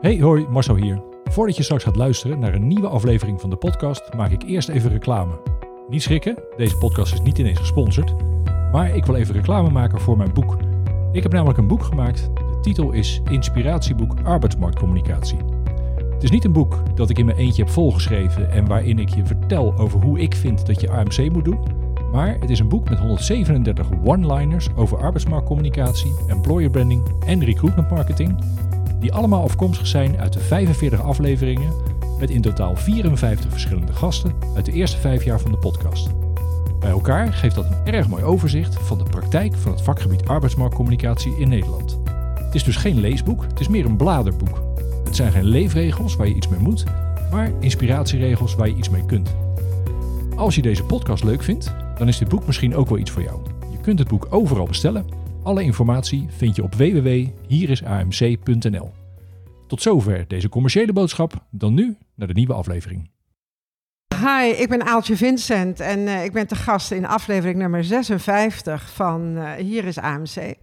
Hey, hoi, Marcel hier. Voordat je straks gaat luisteren naar een nieuwe aflevering van de podcast, maak ik eerst even reclame. Niet schrikken, deze podcast is niet ineens gesponsord, maar ik wil even reclame maken voor mijn boek. Ik heb namelijk een boek gemaakt, de titel is Inspiratieboek Arbeidsmarktcommunicatie. Het is niet een boek dat ik in mijn eentje heb volgeschreven en waarin ik je vertel over hoe ik vind dat je AMC moet doen, maar het is een boek met 137 one-liners over arbeidsmarktcommunicatie, employer branding en recruitment marketing, die allemaal afkomstig zijn uit de 45 afleveringen met in totaal 54 verschillende gasten uit de eerste 5 jaar van de podcast. Bij elkaar geeft dat een erg mooi overzicht van de praktijk van het vakgebied arbeidsmarktcommunicatie in Nederland. Het is dus geen leesboek, het is meer een bladerboek. Het zijn geen leefregels waar je iets mee moet, maar inspiratieregels waar je iets mee kunt. Als je deze podcast leuk vindt, dan is dit boek misschien ook wel iets voor jou. Je kunt het boek overal bestellen. Alle informatie vind je op www.hierisamc.nl. Tot zover deze commerciële boodschap. Dan nu naar de nieuwe aflevering. Hi, ik ben Aaltje Vincent en ik ben te gast in aflevering nummer 56 van Hier is AMC.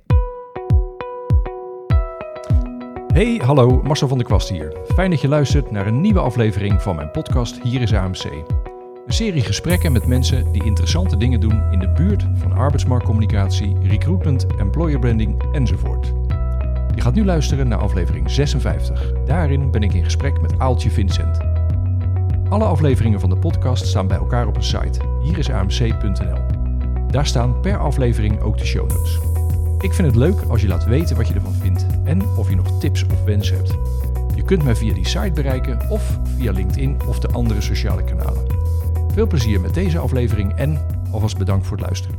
Hey, hallo, Marcel van der Kwast hier. Fijn dat je luistert naar een nieuwe aflevering van mijn podcast Hier is AMC. Een serie gesprekken met mensen die interessante dingen doen in de buurt van arbeidsmarktcommunicatie, recruitment, employer branding enzovoort. Je gaat nu luisteren naar aflevering 56. Daarin ben ik in gesprek met Aaltje Vincent. Alle afleveringen van de podcast staan bij elkaar op een site, hierisamc.nl. Daar staan per aflevering ook de show notes. Ik vind het leuk als je laat weten wat je ervan vindt en of je nog tips of wensen hebt. Je kunt mij via die site bereiken of via LinkedIn of de andere sociale kanalen. Veel plezier met deze aflevering en alvast bedankt voor het luisteren.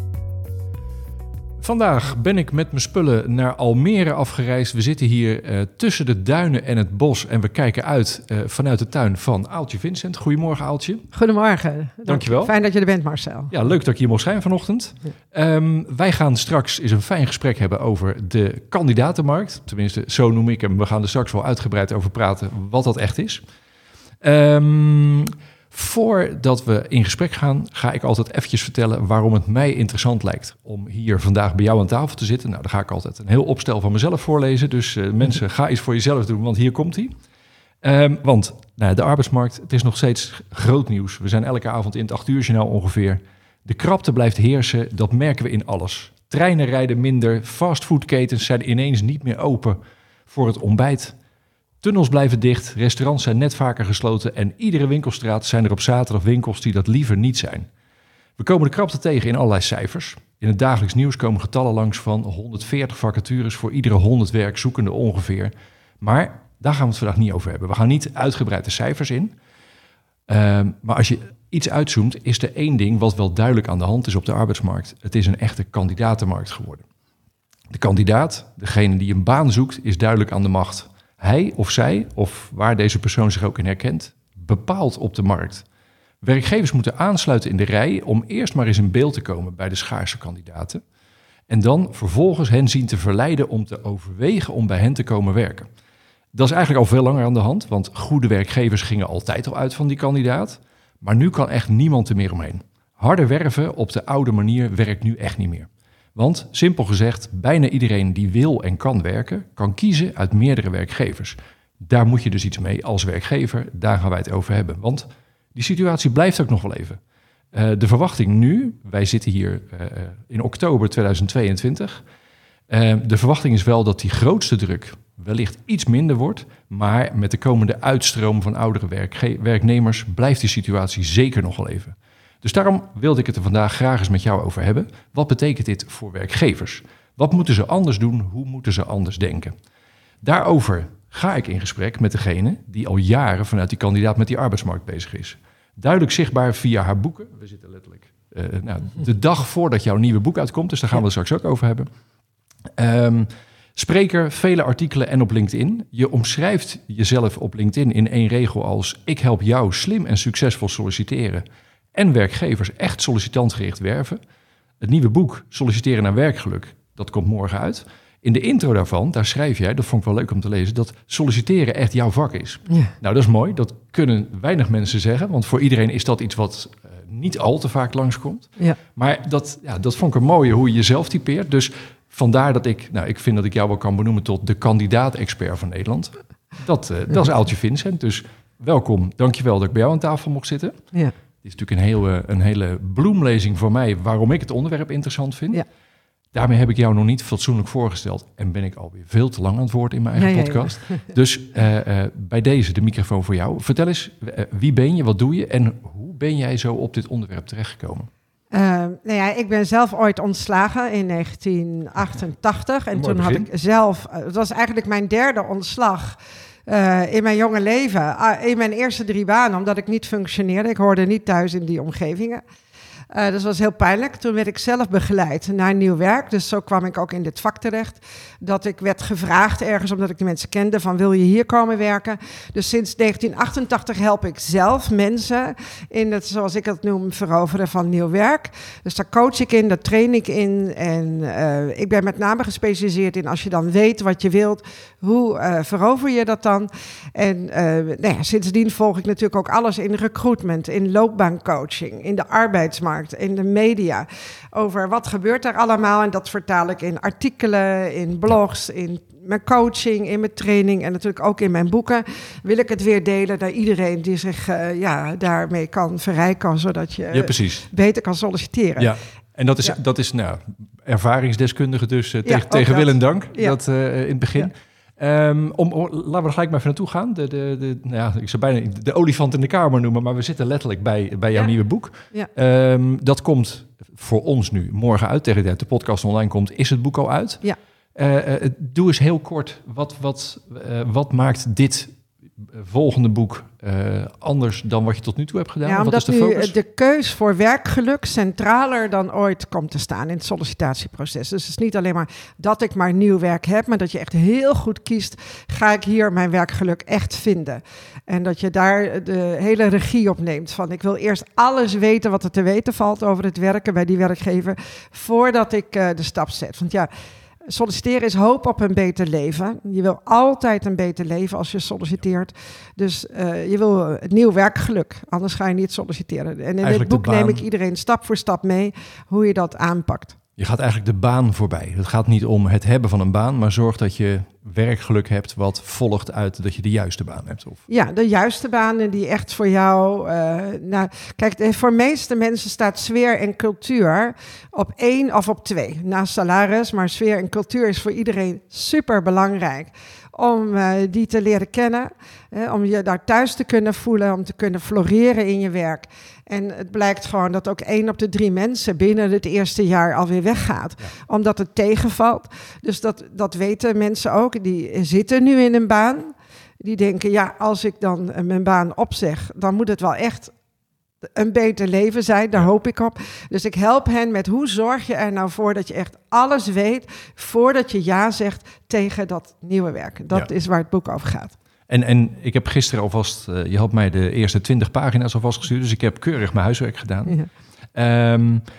Vandaag ben ik met mijn spullen naar Almere afgereisd. We zitten hier tussen de duinen en het bos en we kijken uit vanuit de tuin van Aaltje Vincent. Goedemorgen Aaltje. Goedemorgen. Dankjewel. Fijn dat je er bent, Marcel. Ja, leuk dat ik hier mocht zijn vanochtend. Ja. Wij gaan straks eens een fijn gesprek hebben over de kandidatenmarkt. Tenminste, zo noem ik hem. We gaan er straks wel uitgebreid over praten wat dat echt is. Voordat we in gesprek gaan, ga ik altijd eventjes vertellen waarom het mij interessant lijkt om hier vandaag bij jou aan tafel te zitten. Nou, dan ga ik altijd een heel opstel van mezelf voorlezen. Dus mensen, ga iets voor jezelf doen, want hier komt hij. Want de arbeidsmarkt, het is nog steeds groot nieuws. We zijn elke avond in het 8 uur journaal ongeveer. De krapte blijft heersen, dat merken we in alles. Treinen rijden minder, fastfoodketens zijn ineens niet meer open voor het ontbijt. Tunnels blijven dicht, restaurants zijn net vaker gesloten en iedere winkelstraat zijn er op zaterdag winkels die dat liever niet zijn. We komen de krapte tegen in allerlei cijfers. In het dagelijks nieuws komen getallen langs van 140 vacatures voor iedere 100 werkzoekenden ongeveer. Maar daar gaan we het vandaag niet over hebben. We gaan niet uitgebreid de cijfers in. Maar als je iets uitzoomt, is er één ding wat wel duidelijk aan de hand is op de arbeidsmarkt. Het is een echte kandidatenmarkt geworden. De kandidaat, degene die een baan zoekt, is duidelijk aan de macht. Hij of zij, of waar deze persoon zich ook in herkent, bepaalt op de markt. Werkgevers moeten aansluiten in de rij om eerst maar eens in beeld te komen bij de schaarse kandidaten. En dan vervolgens hen zien te verleiden om te overwegen om bij hen te komen werken. Dat is eigenlijk al veel langer aan de hand, want goede werkgevers gingen altijd al uit van die kandidaat. Maar nu kan echt niemand er meer omheen. Harde werven op de oude manier werkt nu echt niet meer. Want, simpel gezegd, bijna iedereen die wil en kan werken, kan kiezen uit meerdere werkgevers. Daar moet je dus iets mee als werkgever, daar gaan wij het over hebben. Want die situatie blijft ook nog wel even. De verwachting nu, wij zitten hier in oktober 2022... de verwachting is wel dat die grootste druk wellicht iets minder wordt, maar met de komende uitstroom van oudere werknemers blijft die situatie zeker nog wel even. Dus daarom wilde ik het er vandaag graag eens met jou over hebben. Wat betekent dit voor werkgevers? Wat moeten ze anders doen? Hoe moeten ze anders denken? Daarover ga ik in gesprek met degene die al jaren vanuit die kandidaat met die arbeidsmarkt bezig is. Duidelijk zichtbaar via haar boeken. We zitten letterlijk de dag voordat jouw nieuwe boek uitkomt, dus daar gaan we het straks ook over hebben. Spreker, vele artikelen en op LinkedIn. Je omschrijft jezelf op LinkedIn in 1 regel als: ik help jou slim en succesvol solliciteren en werkgevers echt sollicitantgericht werven. Het nieuwe boek Solliciteren naar werkgeluk, dat komt morgen uit. In de intro daarvan, daar schrijf jij, dat vond ik wel leuk om te lezen, dat solliciteren echt jouw vak is. Ja. Nou, dat is mooi. Dat kunnen weinig mensen zeggen, want voor iedereen is dat iets wat niet al te vaak langskomt. Ja. Maar dat vond ik een mooie hoe je jezelf typeert. Dus vandaar dat ik vind dat ik jou wel kan benoemen tot de kandidaat-expert van Nederland. Dat is Aaltje Vincent. Dus welkom. Dankjewel dat ik bij jou aan tafel mocht zitten. Ja. Dit is natuurlijk een hele bloemlezing voor mij waarom ik het onderwerp interessant vind. Ja. Daarmee heb ik jou nog niet fatsoenlijk voorgesteld en ben ik alweer veel te lang aan het woord in mijn eigen podcast. Ja. Dus bij deze de microfoon voor jou. Vertel eens, wie ben je, wat doe je en hoe ben jij zo op dit onderwerp terechtgekomen? Ik ben zelf ooit ontslagen in 1988 en toen had ik zelf, het was eigenlijk mijn derde ontslag in mijn jonge leven, in mijn eerste 3 banen, omdat ik niet functioneerde. Ik hoorde niet thuis in die omgevingen. Dat was heel pijnlijk. Toen werd ik zelf begeleid naar nieuw werk. Dus zo kwam ik ook in dit vak terecht. Dat ik werd gevraagd ergens, omdat ik de mensen kende, van wil je hier komen werken? Dus sinds 1988 help ik zelf mensen in het, zoals ik het noem, veroveren van nieuw werk. Dus daar coach ik in, daar train ik in. En ik ben met name gespecialiseerd in als je dan weet wat je wilt, hoe verover je dat dan? En sindsdien volg ik natuurlijk ook alles in recruitment, in loopbaancoaching, in de arbeidsmarkt, in de media, over wat gebeurt daar allemaal. En dat vertaal ik in artikelen, in blogs, in mijn coaching, in mijn training en natuurlijk ook in mijn boeken. Wil ik het weer delen naar iedereen die zich daarmee kan verrijken, zodat je beter kan solliciteren. Ja. En dat is ervaringsdeskundige dus tegen wil en dank, dat in het begin. Ja. Laten we er gelijk maar even naartoe gaan. Ik zou bijna de olifant in de kamer noemen, maar we zitten letterlijk bij jouw nieuwe boek. Ja. Dat komt voor ons nu morgen uit. Tegen de podcast online komt, is het boek al uit. Ja. Doe eens heel kort, wat maakt dit volgende boek anders dan wat je tot nu toe hebt gedaan? Ja, wat is de focus? De keus voor werkgeluk centraler dan ooit komt te staan in het sollicitatieproces. Dus het is niet alleen maar dat ik maar nieuw werk heb, maar dat je echt heel goed kiest, ga ik hier mijn werkgeluk echt vinden? En dat je daar de hele regie op neemt van ik wil eerst alles weten wat er te weten valt over het werken bij die werkgever, voordat ik de stap zet. Want ja, solliciteren is hoop op een beter leven. Je wil altijd een beter leven als je solliciteert. Dus je wil het nieuw werkgeluk. Anders ga je niet solliciteren. En in eigenlijk dit boek neem ik iedereen stap voor stap mee hoe je dat aanpakt. Je gaat eigenlijk de baan voorbij. Het gaat niet om het hebben van een baan, maar zorg dat je werkgeluk hebt wat volgt uit dat je de juiste baan hebt. Of? Ja, de juiste banen die echt voor jou... voor de meeste mensen staat sfeer en cultuur op 1 of op 2. Naast salaris, maar sfeer en cultuur is voor iedereen super belangrijk. Om die te leren kennen, om je daar thuis te kunnen voelen, om te kunnen floreren in je werk. En het blijkt gewoon dat ook 1 op de 3 mensen binnen het eerste jaar alweer weggaat. Ja. Omdat het tegenvalt. Dus dat weten mensen ook. Die zitten nu in een baan. Die denken, ja, als ik dan mijn baan opzeg, dan moet het wel echt een beter leven zijn. Daar hoop ik op. Dus ik help hen met hoe zorg je er nou voor dat je echt alles weet voordat je ja zegt tegen dat nieuwe werk. Dat is waar het boek over gaat. En ik heb gisteren alvast, je had mij de eerste 20 pagina's alvast gestuurd, dus ik heb keurig mijn huiswerk gedaan. Ja.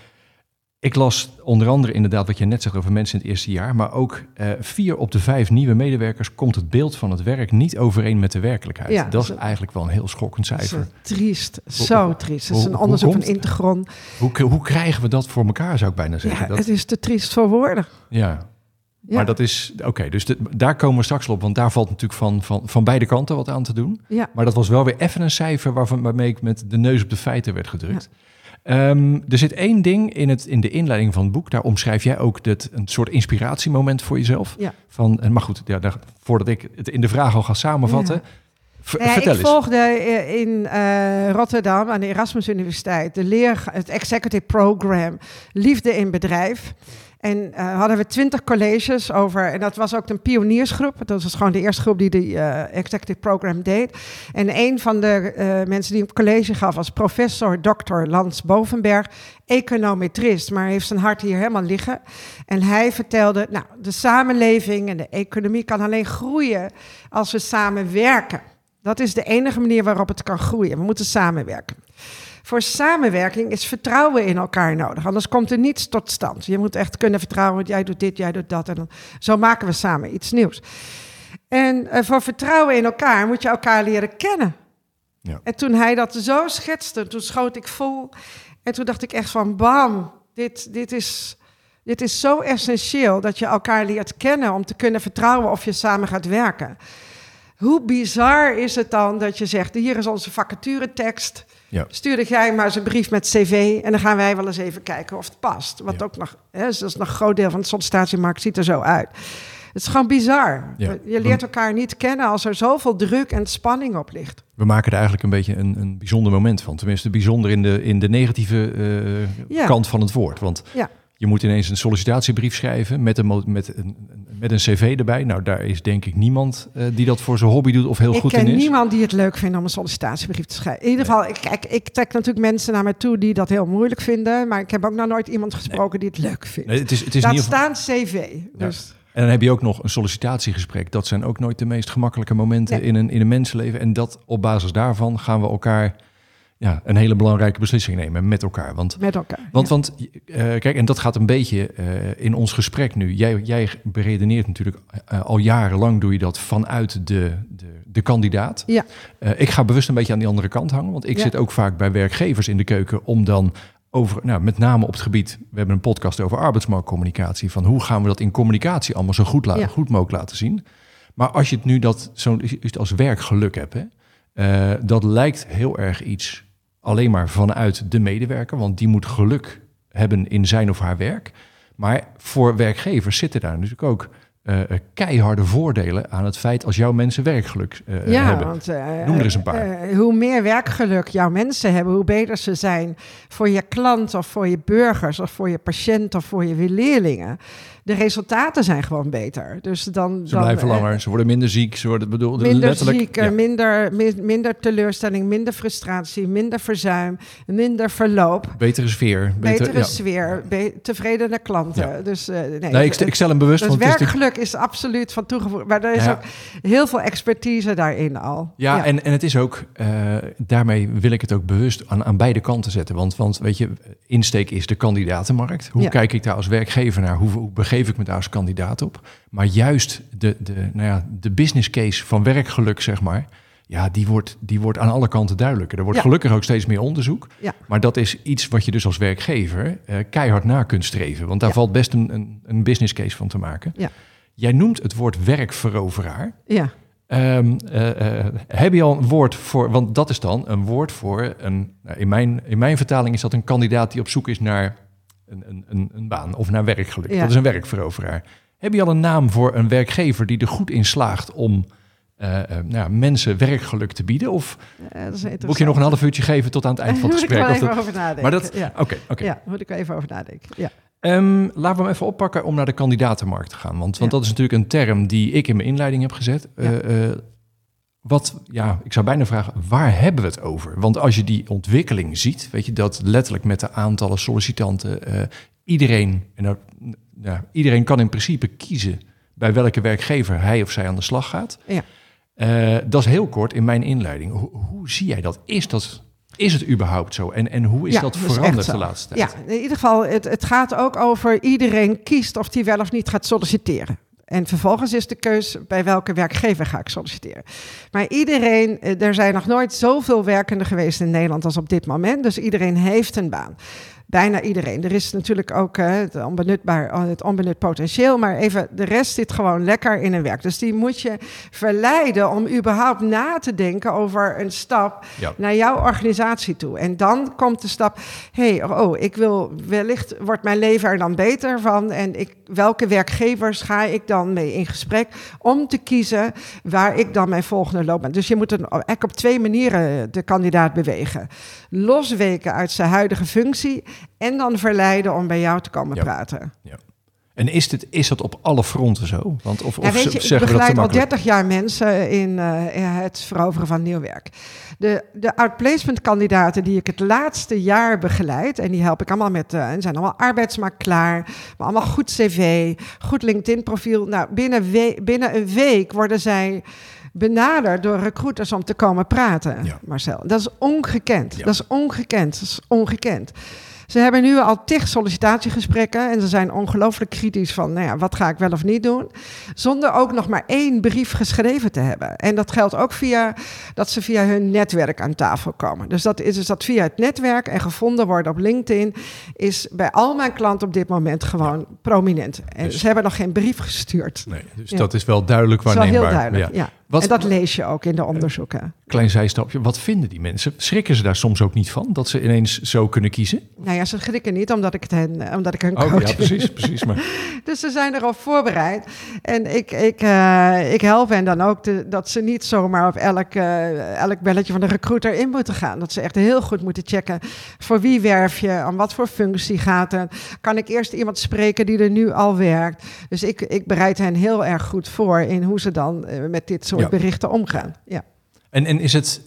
Ik las onder andere inderdaad wat je net zegt over mensen in het eerste jaar, maar ook 4 op de 5 nieuwe medewerkers komt het beeld van het werk niet overeen met de werkelijkheid. Ja, dat is eigenlijk wel een heel schokkend cijfer. Triest, zo triest. Het is een onderzoek van Integron. Hoe krijgen we dat voor elkaar, zou ik bijna zeggen? Ja, het is te triest voor woorden. Ja. Ja. Maar dat is, oké, dus daar komen we straks op, want daar valt natuurlijk van beide kanten wat aan te doen. Ja. Maar dat was wel weer even een cijfer waarmee ik met de neus op de feiten werd gedrukt. Ja. Er zit 1 ding in de inleiding van het boek, daar omschrijf jij ook een soort inspiratiemoment voor jezelf. Ja. Maar goed, voordat ik het in de vraag al ga samenvatten, vertel eens. Ik volgde in Rotterdam aan de Erasmus Universiteit het Executive Program Liefde in Bedrijf. En hadden we 20 colleges over, en dat was ook een pioniersgroep. Dat was gewoon de eerste groep die de Executive Program deed. En een van de mensen die een college gaf was professor Dr. Lans Bovenberg, econometrist, maar heeft zijn hart hier helemaal liggen. En hij vertelde, de samenleving en de economie kan alleen groeien als we samenwerken. Dat is de enige manier waarop het kan groeien. We moeten samenwerken. Voor samenwerking is vertrouwen in elkaar nodig. Anders komt er niets tot stand. Je moet echt kunnen vertrouwen. Jij doet dit, jij doet dat. En dan, zo maken we samen iets nieuws. En voor vertrouwen in elkaar moet je elkaar leren kennen. Ja. En toen hij dat zo schetste, toen schoot ik vol. En toen dacht ik echt van bam, dit is zo essentieel dat je elkaar leert kennen om te kunnen vertrouwen of je samen gaat werken. Hoe bizar is het dan dat je zegt, hier is onze vacaturetekst. Ja. Stuur jij maar eens een brief met cv en dan gaan wij wel eens even kijken of het past. Wat ook nog, dus dat is nog een groot deel van de sollicitatiemarkt, ziet er zo uit. Het is gewoon bizar. Ja. Je leert elkaar niet kennen als er zoveel druk en spanning op ligt. We maken er eigenlijk een beetje een bijzonder moment van. Tenminste, bijzonder in de negatieve kant van het woord. Want je moet ineens een sollicitatiebrief schrijven met een cv erbij. Nou, daar is denk ik niemand die dat voor zijn hobby doet of heel goed in is. Ik ken niemand die het leuk vindt om een sollicitatiebrief te schrijven. In ieder geval, ik trek natuurlijk mensen naar me toe die dat heel moeilijk vinden. Maar ik heb ook nog nooit iemand gesproken die het leuk vindt. Nee, het is laat staan cv. Dus. Ja. En dan heb je ook nog een sollicitatiegesprek. Dat zijn ook nooit de meest gemakkelijke momenten in een mensenleven. En dat op basis daarvan gaan we elkaar een hele belangrijke beslissing nemen met elkaar. Want kijk, en dat gaat een beetje in ons gesprek nu. Jij beredeneert natuurlijk al jarenlang, doe je dat vanuit de kandidaat. Ja. Ik ga bewust een beetje aan die andere kant hangen. Want ik zit ook vaak bij werkgevers in de keuken om dan met name op het gebied, we hebben een podcast over arbeidsmarktcommunicatie, van hoe gaan we dat in communicatie allemaal zo goed mogelijk laten zien. Maar als je het nu als werkgeluk hebt, dat lijkt heel erg iets alleen maar vanuit de medewerker, want die moet geluk hebben in zijn of haar werk. Maar voor werkgevers zitten daar natuurlijk ook keiharde voordelen aan het feit als jouw mensen werkgeluk hebben. Want, noem er eens een paar. Hoe meer werkgeluk jouw mensen hebben, hoe beter ze zijn voor je klant of voor je burgers of voor je patiënt of voor je leerlingen. De resultaten zijn gewoon beter. Dus ze blijven langer, ze worden minder ziek, ze worden minder letterlijk ziek, minder teleurstelling, minder frustratie, minder verzuim, minder verloop. Betere sfeer. Sfeer, tevredene klanten. Ja. Dus, ik stel hem bewust. Dus werkgeluk is absoluut van toegevoegd. Maar er is ook heel veel expertise daarin al. Ja. En het is ook, daarmee wil ik het ook bewust aan beide kanten zetten. Want weet je, insteek is de kandidatenmarkt. Hoe kijk ik daar als werkgever naar? Hoe begeef ik me daar als kandidaat op? Maar juist de business case van werkgeluk, zeg maar, die wordt aan alle kanten duidelijker. Er wordt gelukkig ook steeds meer onderzoek. Ja. Maar dat is iets wat je dus als werkgever keihard na kunt streven. Want daar valt best een business case van te maken. Ja. Jij noemt het woord werkveroveraar. Ja. Heb je al een woord voor, want dat is dan een woord voor in mijn vertaling is dat een kandidaat die op zoek is naar een baan of naar werkgeluk. Ja. Dat is een werkveroveraar. Heb je al een naam voor een werkgever die er goed in slaagt om mensen werkgeluk te bieden? Of moet je nog een half uurtje geven tot aan het eind van het gesprek? Moet ik wel even over nadenken. Maar Oké. Ja, moet ik wel even over nadenken. Ja. Laten we hem even oppakken om naar de kandidatenmarkt te gaan. Want dat is natuurlijk een term die ik in mijn inleiding heb gezet. Ik zou bijna vragen, waar hebben we het over? Want als je die ontwikkeling ziet, weet je dat letterlijk met de aantallen sollicitanten, iedereen kan in principe kiezen bij welke werkgever hij of zij aan de slag gaat. Ja. Dat is heel kort in mijn inleiding. Hoe zie jij dat? Is het überhaupt zo? En hoe is dat veranderd de laatste tijd? Ja, in ieder geval, het gaat ook over iedereen kiest of die wel of niet gaat solliciteren. En vervolgens is de keus bij welke werkgever ga ik solliciteren. Maar er zijn nog nooit zoveel werkenden geweest in Nederland als op dit moment. Dus iedereen heeft een baan. Bijna iedereen. Er is natuurlijk ook het onbenut potentieel, maar even de rest zit gewoon lekker in een werk. Dus die moet je verleiden om überhaupt na te denken over een stap naar jouw organisatie toe. En dan komt de stap, wellicht wordt mijn leven er dan beter van en welke werkgevers ga ik dan mee in gesprek om te kiezen waar ik dan mijn volgende loopbaan. Dus je moet eigenlijk op 2 manieren de kandidaat bewegen. Losweken uit zijn huidige functie en dan verleiden om bij jou te komen praten. Ja. En is dat op alle fronten zo? Want ik begeleid al 30 jaar mensen in het veroveren van nieuw werk. De outplacement kandidaten die ik het laatste jaar begeleid, en die help ik allemaal zijn allemaal arbeidsmarkt klaar, maar allemaal goed cv, goed LinkedIn profiel. Nou, binnen een week worden zij benaderd door recruiters om te komen praten, Marcel. Dat is ongekend. Ja. Dat is ongekend. Ze hebben nu al 10 sollicitatiegesprekken en ze zijn ongelooflijk kritisch van, wat ga ik wel of niet doen? Zonder ook nog maar 1 brief geschreven te hebben. En dat geldt ook dat ze via hun netwerk aan tafel komen. Dus dat via het netwerk en gevonden worden op LinkedIn is bij al mijn klanten op dit moment gewoon prominent. En ze hebben nog geen brief gestuurd. Nee, dus dat is wel duidelijk waarneembaar. Dat is wel heel duidelijk, En dat lees je ook in de onderzoeken. Klein zijstapje. Wat vinden die mensen? Schrikken ze daar soms ook niet van? Dat ze ineens zo kunnen kiezen? Nou ja, ze schrikken niet omdat ik hun coach ben. Ja, precies. Maar... Dus ze zijn erop voorbereid. En ik help hen dan ook dat ze niet zomaar op elk belletje van de recruiter in moeten gaan. Dat ze echt heel goed moeten checken voor wie werf je, aan wat voor functie gaat het. Kan ik eerst iemand spreken die er nu al werkt? Dus ik bereid hen heel erg goed voor in hoe ze dan met dit soort berichten omgaan. Ja. En is het,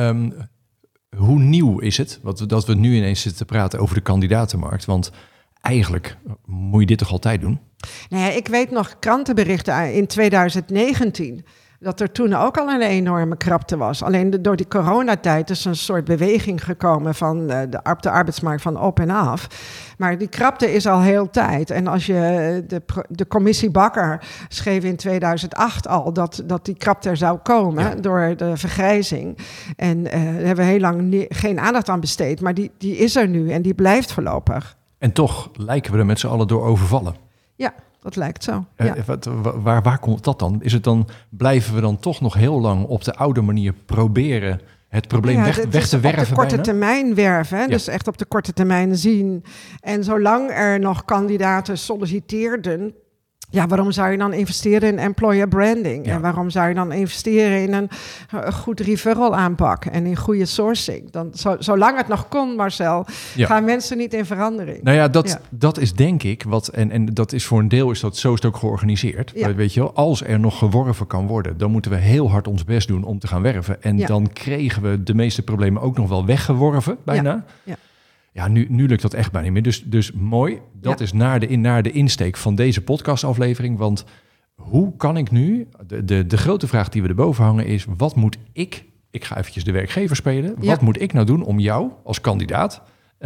hoe nieuw is het dat we nu ineens zitten te praten over de kandidatenmarkt? Want eigenlijk moet je dit toch altijd doen? Nou ja, ik weet nog krantenberichten in 2019... dat er toen ook al een enorme krapte was. Alleen door die coronatijd is een soort beweging gekomen van de arbeidsmarkt van op en af. Maar die krapte is al heel tijd. En als je de commissie Bakker schreef in 2008 al dat die krapte er zou komen door de vergrijzing. En daar hebben we heel lang geen aandacht aan besteed. Maar die is er nu en die blijft voorlopig. En toch lijken we er met z'n allen door overvallen. Ja. Dat lijkt zo. Waar komt dat dan? Is het dan, blijven we dan toch nog heel lang op de oude manier proberen het probleem weg te werven? Op de korte termijn werven, hè? Dus echt op de korte termijn zien. En zolang er nog kandidaten solliciteerden, waarom zou je dan investeren in employer branding? En waarom zou je dan investeren in een goed referral aanpak en in goede sourcing? Zolang het nog kon, Marcel, gaan mensen niet in verandering. Nou ja, dat is denk ik wat, en dat is voor een deel is dat zo is het ook georganiseerd. Ja. Weet je wel, als er nog geworven kan worden, dan moeten we heel hard ons best doen om te gaan werven. En dan kregen we de meeste problemen ook nog wel weggeworven, bijna. Ja. Ja, nu lukt dat echt bijna niet meer. Dus mooi. Dat is naar de insteek van deze podcastaflevering. Want hoe kan ik nu... De grote vraag die we erboven hangen is... wat moet ik ga eventjes de werkgever spelen. Wat moet ik nou doen om jou als kandidaat...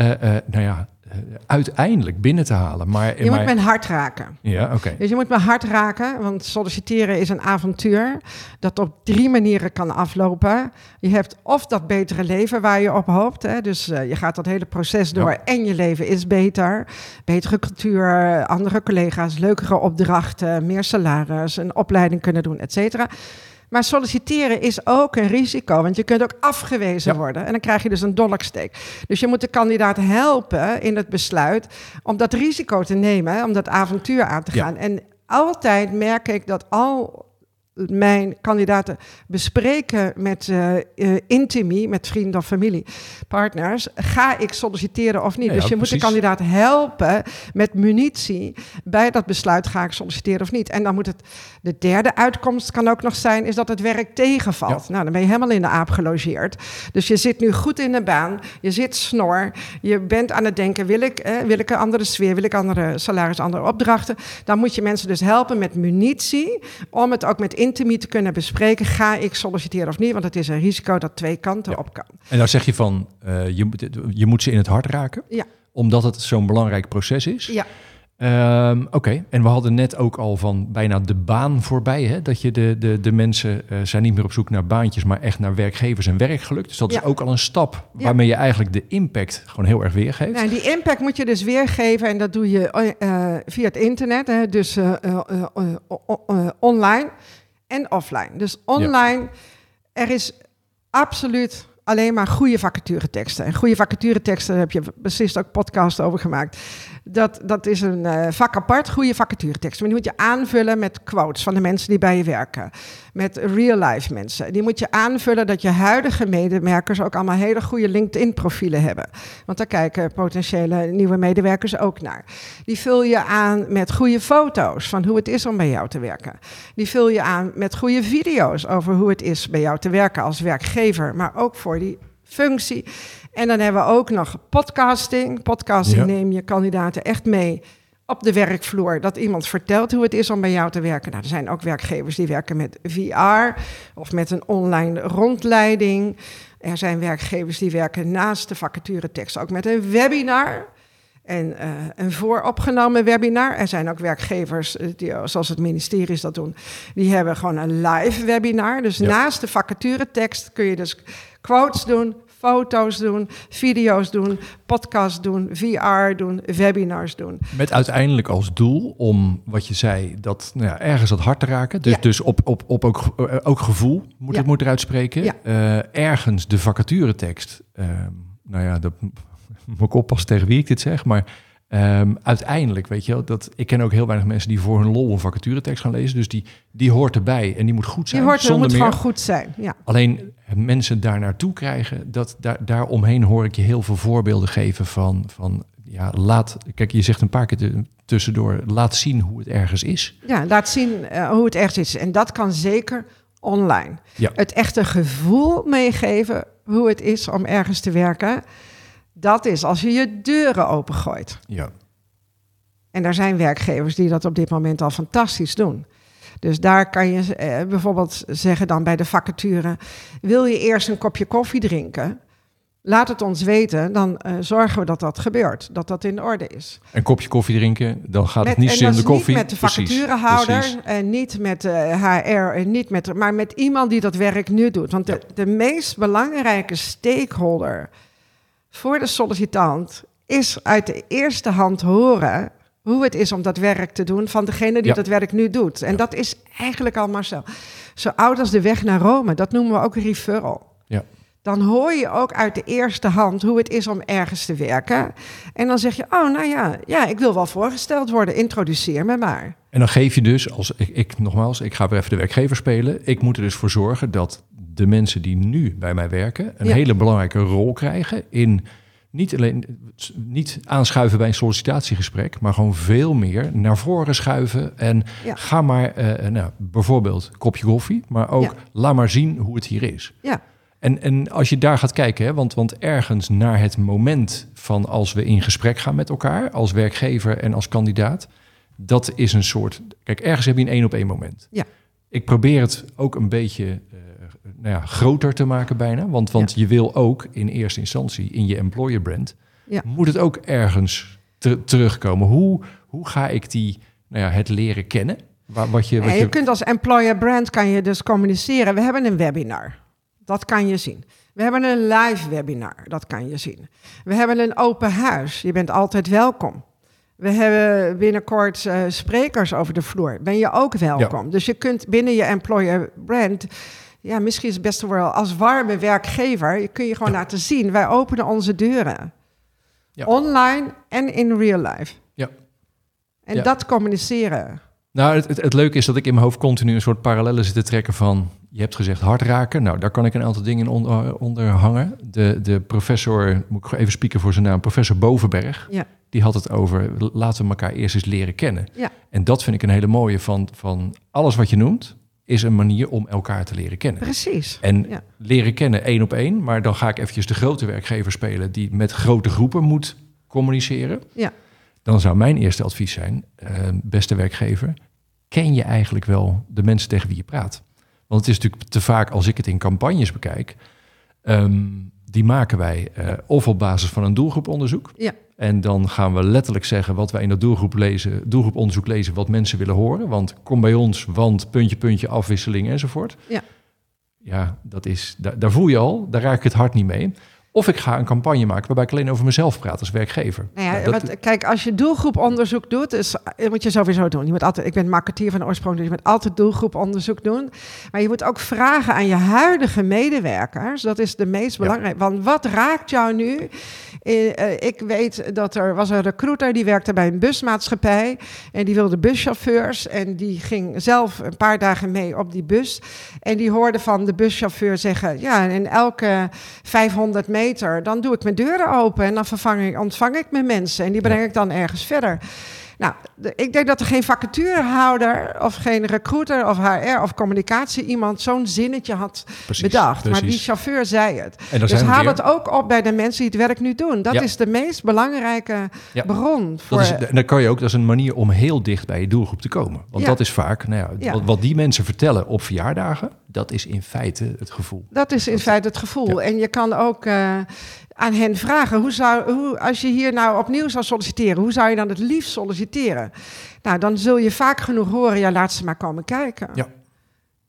uiteindelijk binnen te halen. Je moet mijn hart raken. Ja, oké. Dus je moet mijn hart raken, want solliciteren is een avontuur dat op 3 manieren kan aflopen. Je hebt of dat betere leven waar je op hoopt. Hè? Dus je gaat dat hele proces door en je leven is beter. Betere cultuur, andere collega's, leukere opdrachten, meer salaris, een opleiding kunnen doen, et cetera. Maar solliciteren is ook een risico, want je kunt ook afgewezen worden. En dan krijg je dus een dolksteek. Dus je moet de kandidaat helpen in het besluit om dat risico te nemen, om dat avontuur aan te gaan. En altijd merk ik dat al mijn kandidaten bespreken met intimie, met vrienden of familie, partners, ga ik solliciteren of niet? Dus je moet de kandidaat helpen met munitie bij dat besluit, ga ik solliciteren of niet? En dan moet de derde uitkomst kan ook nog zijn, is dat het werk tegenvalt. Ja. Nou, dan ben je helemaal in de aap gelogeerd. Dus je zit nu goed in de baan, je zit snor, je bent aan het denken, wil ik een andere sfeer, wil ik andere salaris, andere opdrachten? Dan moet je mensen dus helpen met munitie, om het ook met intimie te kunnen bespreken, ga ik solliciteren of niet? Want het is een risico dat 2 kanten op kan. En nou zeg je van, je moet ze in het hart raken, omdat het zo'n belangrijk proces is. Ja. Oké. En we hadden net ook al van bijna de baan voorbij, hè? Dat je de mensen zijn niet meer op zoek naar baantjes, maar echt naar werkgevers en werkgeluk. Dus dat is ook al een stap waarmee je eigenlijk de impact gewoon heel erg weergeeft. Nou, die impact moet je dus weergeven en dat doe je via het internet, hè? Dus online en offline. Dus online, er is absoluut alleen maar goede vacatureteksten. En goede vacatureteksten, daar heb je beslist ook podcast over gemaakt. Dat is een vak apart, goede vacatureteksten. Maar die moet je aanvullen met quotes van de mensen die bij je werken. Met real-life mensen. Die moet je aanvullen dat je huidige medewerkers ook allemaal hele goede LinkedIn-profielen hebben. Want daar kijken potentiële nieuwe medewerkers ook naar. Die vul je aan met goede foto's van hoe het is om bij jou te werken. Die vul je aan met goede video's over hoe het is bij jou te werken als werkgever, maar ook voor die functie. En dan hebben we ook nog podcasting. Podcasting neem je kandidaten echt mee op de werkvloer. Dat iemand vertelt hoe het is om bij jou te werken. Nou, er zijn ook werkgevers die werken met VR of met een online rondleiding. Er zijn werkgevers die werken naast de vacaturetekst ook met een webinar. En een vooropgenomen webinar. Er zijn ook werkgevers, zoals het ministeries dat doen, die hebben gewoon een live webinar. Dus naast de vacaturetekst kun je dus quotes doen, foto's doen, video's doen, podcasts doen, VR doen, webinars doen. Met uiteindelijk als doel om, wat je zei, dat ergens dat hart te raken. Dus op ook gevoel moet eruit spreken. Ja. Ergens de vacaturetekst. Dat mijn kop past tegen wie ik dit zeg, maar uiteindelijk, weet je wel, dat ik ken ook heel weinig mensen die voor hun lol een vacaturetekst gaan lezen. Dus die hoort erbij en die moet goed zijn. Die moet gewoon goed zijn, ja. Alleen mensen daar naartoe krijgen, daar omheen hoor ik je heel veel voorbeelden geven van kijk, je zegt een paar keer tussendoor, laat zien hoe het ergens is. Ja, laat zien hoe het ergens is. En dat kan zeker online. Ja. Het echte gevoel meegeven hoe het is om ergens te werken, dat is als je je deuren opengooit. Ja. En er zijn werkgevers die dat op dit moment al fantastisch doen. Dus daar kan je bijvoorbeeld zeggen dan bij de vacature, wil je eerst een kopje koffie drinken? Laat het ons weten, dan zorgen we dat dat gebeurt, dat dat in orde is. Een kopje koffie drinken, dan gaat het niet zozeer om de koffie. Niet met de vacaturehouder en niet met HR, en maar met iemand die dat werk nu doet. Want de meest belangrijke stakeholder voor de sollicitant is uit de eerste hand horen hoe het is om dat werk te doen van degene die dat werk nu doet. En dat is eigenlijk al Marcel. Zo oud als de weg naar Rome, dat noemen we ook referral. Ja. Dan hoor je ook uit de eerste hand hoe het is om ergens te werken. En dan zeg je, ik wil wel voorgesteld worden, introduceer me maar. En dan geef je dus, ik ga weer even de werkgever spelen. Ik moet er dus voor zorgen dat de mensen die nu bij mij werken een hele belangrijke rol krijgen in niet aanschuiven bij een sollicitatiegesprek, maar gewoon veel meer naar voren schuiven. En ga maar, bijvoorbeeld kopje koffie, maar ook laat maar zien hoe het hier is. Ja. En als je daar gaat kijken, want ergens naar het moment van als we in gesprek gaan met elkaar, als werkgever en als kandidaat, dat is een soort, kijk, ergens heb je een 1-op-1 moment. Ja. Ik probeer het ook een beetje groter te maken bijna. Want je wil ook in eerste instantie in je employer brand, moet het ook ergens terugkomen. Hoe ga ik het leren kennen? Je kunt als employer brand kan je dus communiceren. We hebben een webinar. Dat kan je zien. We hebben een live webinar. Dat kan je zien. We hebben een open huis. Je bent altijd welkom. We hebben binnenkort sprekers over de vloer. Ben je ook welkom. Ja. Dus je kunt binnen je employer brand, misschien is het beste wel als warme werkgever, kun je gewoon laten zien, wij openen onze deuren. Ja. Online en in real life. Ja. En dat communiceren. Nou, het leuke is dat ik in mijn hoofd continu een soort parallellen zit te trekken van, je hebt gezegd hard raken. Nou, daar kan ik een aantal dingen onder hangen. De professor, moet ik even spieken voor zijn naam, professor Bovenberg. Ja. Die had het over, laten we elkaar eerst eens leren kennen. Ja. En dat vind ik een hele mooie van alles wat je noemt, is een manier om elkaar te leren kennen. Precies. En leren kennen 1-op-1, maar dan ga ik eventjes de grote werkgever spelen die met grote groepen moet communiceren. Ja. Dan zou mijn eerste advies zijn, beste werkgever, ken je eigenlijk wel de mensen tegen wie je praat? Want het is natuurlijk te vaak, als ik het in campagnes bekijk, die maken wij of op basis van een doelgroeponderzoek. Ja. En dan gaan we letterlijk zeggen wat wij in dat doelgroeponderzoek lezen, wat mensen willen horen. Want kom bij ons, want puntje, afwisseling enzovoort. Ja, daar voel je al, daar raak ik het hart niet mee. Of ik ga een campagne maken waarbij ik alleen over mezelf praat als werkgever. Kijk, als je doelgroeponderzoek doet, dat moet je sowieso doen. Ik ben marketeer van oorsprong, dus je moet altijd doelgroeponderzoek doen. Maar je moet ook vragen aan je huidige medewerkers. Dat is de meest belangrijke. Want wat raakt jou nu? Ik weet dat er was een recruiter die werkte bij een busmaatschappij. En die wilde buschauffeurs. En die ging zelf een paar dagen mee op die bus. En die hoorde van de buschauffeur zeggen, in elke 500 meter, dan doe ik mijn deuren open en dan ontvang ik mijn mensen en die breng ik dan ergens verder. Nou, ik denk dat er geen vacaturehouder of geen recruiter of HR of communicatie iemand zo'n zinnetje had bedacht. Precies. Maar die chauffeur zei het. Dus haal het ook op bij de mensen die het werk nu doen. Dat is de meest belangrijke bron. En dan kan je ook, dat is een manier om heel dicht bij je doelgroep te komen. Want dat is vaak, wat die mensen vertellen op verjaardagen, dat is in feite het gevoel. Dat is in feite het gevoel. Ja. En je kan ook aan hen vragen, als je hier nou opnieuw zou solliciteren, hoe zou je dan het liefst solliciteren? Nou, dan zul je vaak genoeg horen, laat ze maar komen kijken.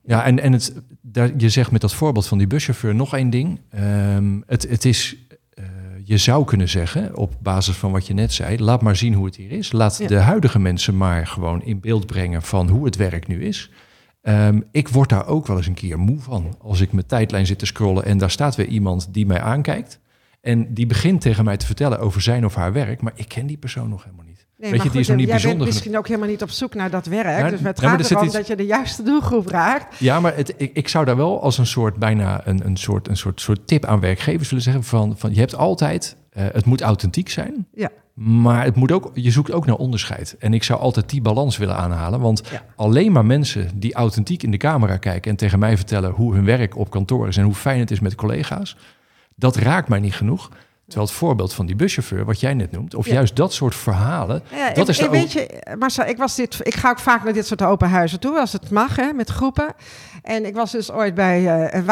Ja, en je zegt met dat voorbeeld van die buschauffeur nog één ding. Het is, je zou kunnen zeggen, op basis van wat je net zei, laat maar zien hoe het hier is. Laat de huidige mensen maar gewoon in beeld brengen van hoe het werk nu is. Ik word daar ook wel eens een keer moe van. Als ik mijn tijdlijn zit te scrollen en daar staat weer iemand die mij aankijkt. En die begint tegen mij te vertellen over zijn of haar werk. Maar ik ken die persoon nog helemaal niet. Nee, Weet je, die is nog niet jij bijzonder. Bent misschien ook helemaal niet op zoek naar dat werk. Ja, dus het gaat erom dat je de juiste doelgroep raakt. Ja, maar ik zou daar wel als een soort bijna een soort tip aan werkgevers willen zeggen. Van je hebt altijd, het moet authentiek zijn. Ja. Maar het moet ook, je zoekt ook naar onderscheid. En ik zou altijd die balans willen aanhalen. Want alleen maar mensen die authentiek in de camera kijken en tegen mij vertellen hoe hun werk op kantoor is en hoe fijn het is met collega's, dat raakt mij niet genoeg. Terwijl het voorbeeld van die buschauffeur, wat jij net noemt, of juist dat soort verhalen, dat is weet je, Marcel, ik ga ook vaak naar dit soort open huizen toe, als het mag, hè, met groepen. En ik was dus ooit bij een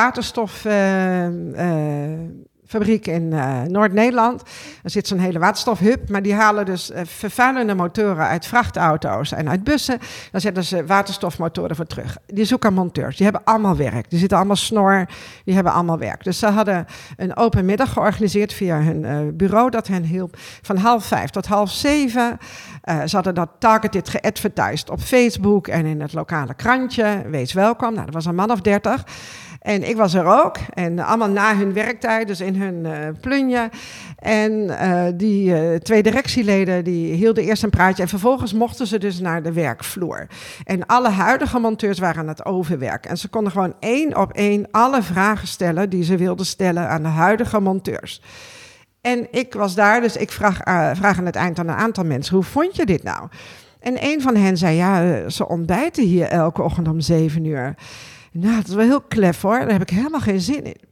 waterstoffabriek in Noord-Nederland. Er zit zo'n hele waterstofhub, maar die halen dus vervuilende motoren uit vrachtauto's en uit bussen. Dan zetten ze waterstofmotoren voor terug. Die zoeken monteurs, die hebben allemaal werk. Die zitten allemaal snor, die hebben allemaal werk. Dus ze hadden een open middag georganiseerd via hun bureau dat hen hielp. Van 6:30 tot 6:30. Ze hadden dat targeted geadvertised op Facebook en in het lokale krantje. Wees welkom. Nou, dat was een man of 30. En ik was er ook. En allemaal na hun werktijd, dus in hun plunje. En die 2 directieleden die hielden eerst een praatje. En vervolgens mochten ze dus naar de werkvloer. En alle huidige monteurs waren aan het overwerk. En ze konden gewoon 1 op 1 alle vragen stellen die ze wilden stellen aan de huidige monteurs. En ik was daar, dus ik vraag aan het eind aan een aantal mensen: hoe vond je dit nou? En een van hen zei: ja, ze ontbijten hier elke ochtend om 7:00. Nou, dat is wel heel klef hoor, daar heb ik helemaal geen zin in.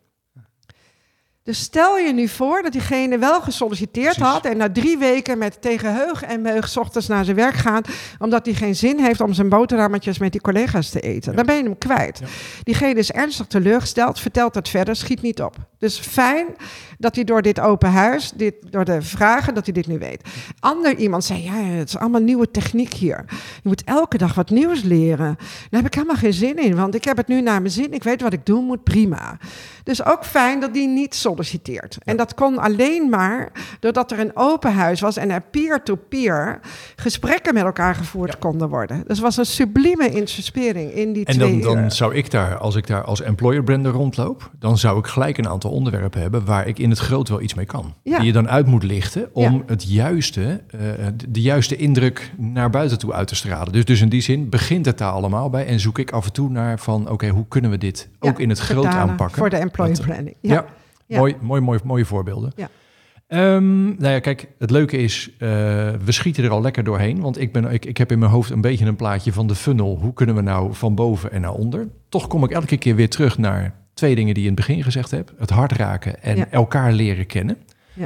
Dus stel je nu voor dat diegene wel gesolliciteerd had en na 3 weken met tegen heug en meug 's ochtends naar zijn werk gaat, omdat hij geen zin heeft om zijn boterhammetjes met die collega's te eten. Dan ben je hem kwijt. Ja. Diegene is ernstig teleurgesteld, vertelt dat verder, schiet niet op. Dus fijn dat hij door dit open huis, door de vragen, dat hij dit nu weet. Ander iemand zei, ja, het is allemaal nieuwe techniek hier. Je moet elke dag wat nieuws leren. Daar heb ik helemaal geen zin in, want ik heb het nu naar mijn zin. Ik weet wat ik doen moet, prima. Dus ook fijn dat die niet solliciteert. En dat kon alleen maar doordat er een open huis was en er peer-to-peer gesprekken met elkaar gevoerd konden worden. Dus het was een sublieme inspirering in die 2 uur. En dan zou ik daar, als ik daar als employer brander rondloop, dan zou ik gelijk een aantal onderwerpen hebben waar ik in het groot wel iets mee kan. Ja. Die je dan uit moet lichten om het juiste, de juiste indruk naar buiten toe uit te stralen. Dus in die zin begint het daar allemaal bij en zoek ik af en toe naar van oké, hoe kunnen we dit ook in het groot aanpakken? Voor de employer branding. Ja. Mooie voorbeelden. Ja. Nou ja, kijk, het leuke is, we schieten er al lekker doorheen. Want ik heb in mijn hoofd een beetje een plaatje van de funnel. Hoe kunnen we nou van boven en naar onder? Toch kom ik elke keer weer terug naar 2 dingen die je in het begin gezegd hebt. Het hard raken en elkaar leren kennen. Ja.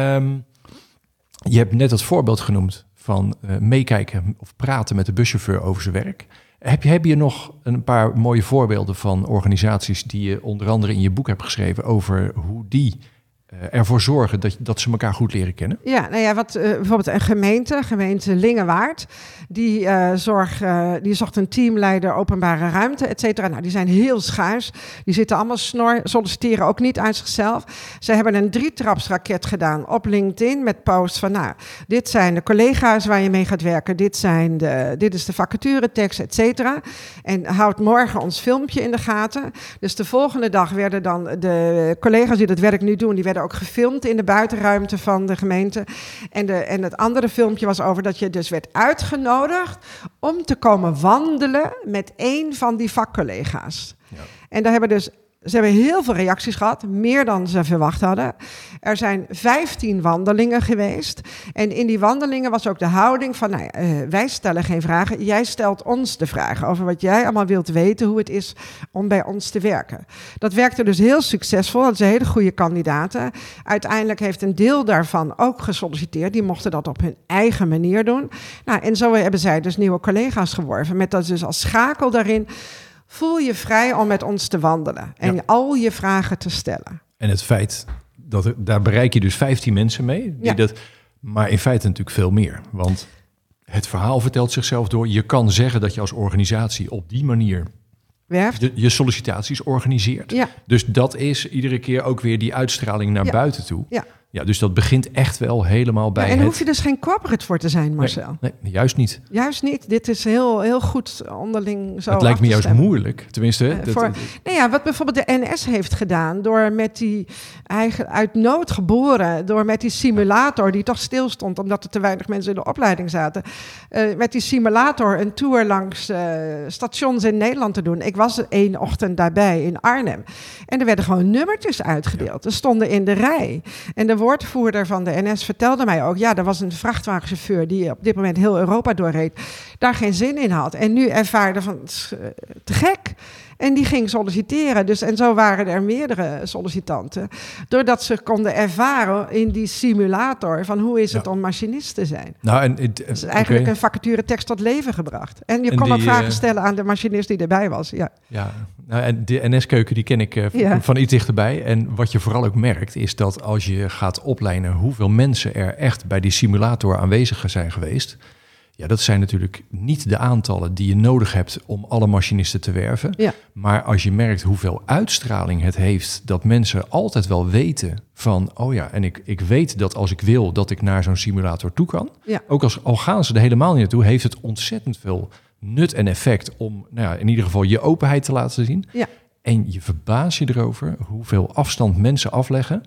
Je hebt net het voorbeeld genoemd van meekijken of praten met de buschauffeur over zijn werk. Heb je nog een paar mooie voorbeelden van organisaties die je onder andere in je boek hebt geschreven over hoe die ervoor zorgen dat ze elkaar goed leren kennen? Ja, nou ja, bijvoorbeeld een gemeente Lingewaard, die zocht een teamleider openbare ruimte, et cetera. Nou, die zijn heel schaars. Die zitten allemaal solliciteren ook niet uit zichzelf. Ze hebben een 3-trapsraket gedaan op LinkedIn met posts van, nou, dit zijn de collega's waar je mee gaat werken, dit is de vacaturetekst, et cetera. En houd morgen ons filmpje in de gaten. Dus de volgende dag werden dan de collega's die dat werk nu doen, die werden ook gefilmd in de buitenruimte van de gemeente. En het andere filmpje was over dat je dus werd uitgenodigd om te komen wandelen met 1 van die vakcollega's. Ja. En daar hebben ze hebben heel veel reacties gehad, meer dan ze verwacht hadden. Er zijn 15 wandelingen geweest. En in die wandelingen was ook de houding van, wij stellen geen vragen, jij stelt ons de vragen over wat jij allemaal wilt weten, hoe het is om bij ons te werken. Dat werkte dus heel succesvol, dat zijn hele goede kandidaten. Uiteindelijk heeft een deel daarvan ook gesolliciteerd, die mochten dat op hun eigen manier doen. Nou, en zo hebben zij dus nieuwe collega's geworven, met dat dus als schakel daarin. Voel je vrij om met ons te wandelen en al je vragen te stellen. En het feit, daar bereik je dus 15 mensen mee. Maar in feite natuurlijk veel meer. Want het verhaal vertelt zichzelf door. Je kan zeggen dat je als organisatie op die manier werft. Je sollicitaties organiseert. Ja. Dus dat is iedere keer ook weer die uitstraling naar buiten toe. Ja. Ja, dus dat begint echt wel helemaal bij en hoef je dus geen corporate voor te zijn, Marcel. Nee, juist niet. Juist niet. Dit is heel goed onderling zo. Het lijkt me juist moeilijk. Tenminste. Wat bijvoorbeeld de NS heeft gedaan, door met die uit nood geboren, door met die simulator, die toch stilstond omdat er te weinig mensen in de opleiding zaten, met die simulator een tour langs stations in Nederland te doen. Ik was 1 ochtend daarbij in Arnhem. En er werden gewoon nummertjes uitgedeeld. Er stonden in de rij. En de woordvoerder van de NS vertelde mij ook, er was een vrachtwagenchauffeur die op dit moment heel Europa doorreed, daar geen zin in had. En nu ervaarde van, te gek. En die ging solliciteren. En zo waren er meerdere sollicitanten. Doordat ze konden ervaren in die simulator van hoe is het om machinist te zijn. Nou, dus eigenlijk een vacaturetekst tot leven gebracht. En je kon ook vragen stellen aan de machinist die erbij was. Ja. Nou, en de NS-keuken die ken ik van iets dichterbij. En wat je vooral ook merkt is dat als je gaat opleiden hoeveel mensen er echt bij die simulator aanwezig zijn geweest. Ja, dat zijn natuurlijk niet de aantallen die je nodig hebt om alle machinisten te werven. Ja. Maar als je merkt hoeveel uitstraling het heeft, dat mensen altijd wel weten van, en ik weet dat als ik wil, dat ik naar zo'n simulator toe kan. Ja. Ook al gaan ze er helemaal niet naartoe, heeft het ontzettend veel nut en effect om in ieder geval je openheid te laten zien. Ja. En je verbaast je erover hoeveel afstand mensen afleggen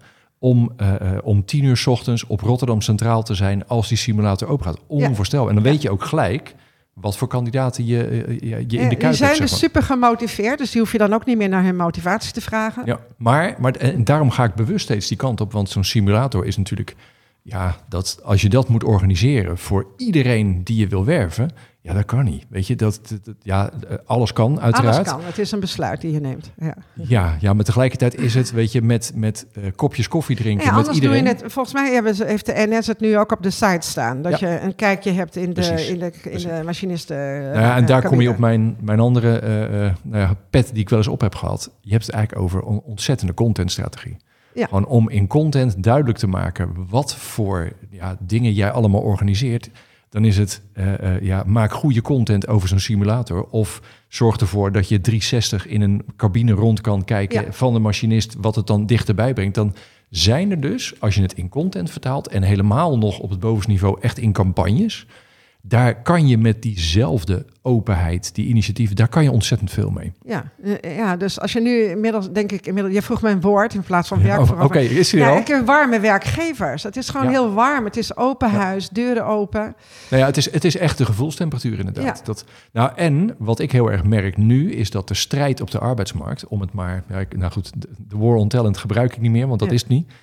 om 10:00 's ochtends op Rotterdam Centraal te zijn als die simulator open gaat. Onvoorstelbaar. En dan weet je ook gelijk wat voor kandidaten je in de kuip hebt. Die zijn dus super gemotiveerd, dus die hoef je dan ook niet meer naar hun motivatie te vragen. Ja, maar en daarom ga ik bewust steeds die kant op, want zo'n simulator is natuurlijk, dat als je dat moet organiseren voor iedereen die je wil werven, dat kan niet. Weet je, alles kan uiteraard. Alles kan, het is een besluit die je neemt. Ja, maar tegelijkertijd is het, weet je, met kopjes koffie drinken met iedereen. Doe je het, volgens mij heeft de NS het nu ook op de site staan. Dat je een kijkje hebt in de machinisten. En daar kom je op mijn andere pet die ik wel eens op heb gehad. Je hebt het eigenlijk over een ontzettende contentstrategie. Ja. Gewoon om in content duidelijk te maken wat voor dingen jij allemaal organiseert. Dan is het, maak goede content over zo'n simulator. Of zorg ervoor dat je 360 in een cabine rond kan kijken van de machinist, wat het dan dichterbij brengt. Dan zijn er dus, als je het in content vertaalt en helemaal nog op het bovenste niveau echt in campagnes, daar kan je met diezelfde openheid, die initiatieven, daar kan je ontzettend veel mee. Ja, dus als je nu inmiddels, je vroeg me een woord in plaats van werk. Oké, is die al? Ik heb warme werkgevers. Het is gewoon heel warm. Het is open huis, deuren open. Nou ja, het is echt de gevoelstemperatuur inderdaad. Ja. En wat ik heel erg merk nu, is dat de strijd op de arbeidsmarkt, om het maar, de war on talent gebruik ik niet meer, want dat is het niet.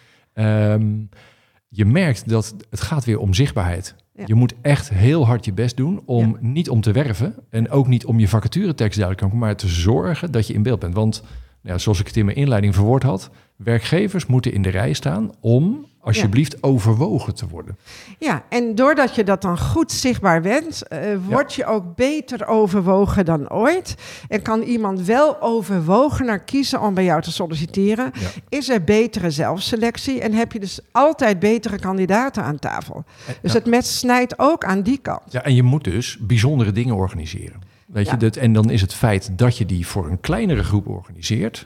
Je merkt dat het gaat weer om zichtbaarheid. Ja. Je moet echt heel hard je best doen om niet om te werven en ook niet om je vacaturetekst duidelijk te maken, maar te zorgen dat je in beeld bent. Want zoals ik het in mijn inleiding verwoord had, werkgevers moeten in de rij staan om alsjeblieft overwogen te worden. Ja, en doordat je dat dan goed zichtbaar bent, word je ook beter overwogen dan ooit. En kan iemand wel overwogener kiezen om bij jou te solliciteren. Ja. Is er betere zelfselectie en heb je dus altijd betere kandidaten aan tafel. Dus het mes snijdt ook aan die kant. Ja, en je moet dus bijzondere dingen organiseren. Weet je, en dan is het feit dat je die voor een kleinere groep organiseert.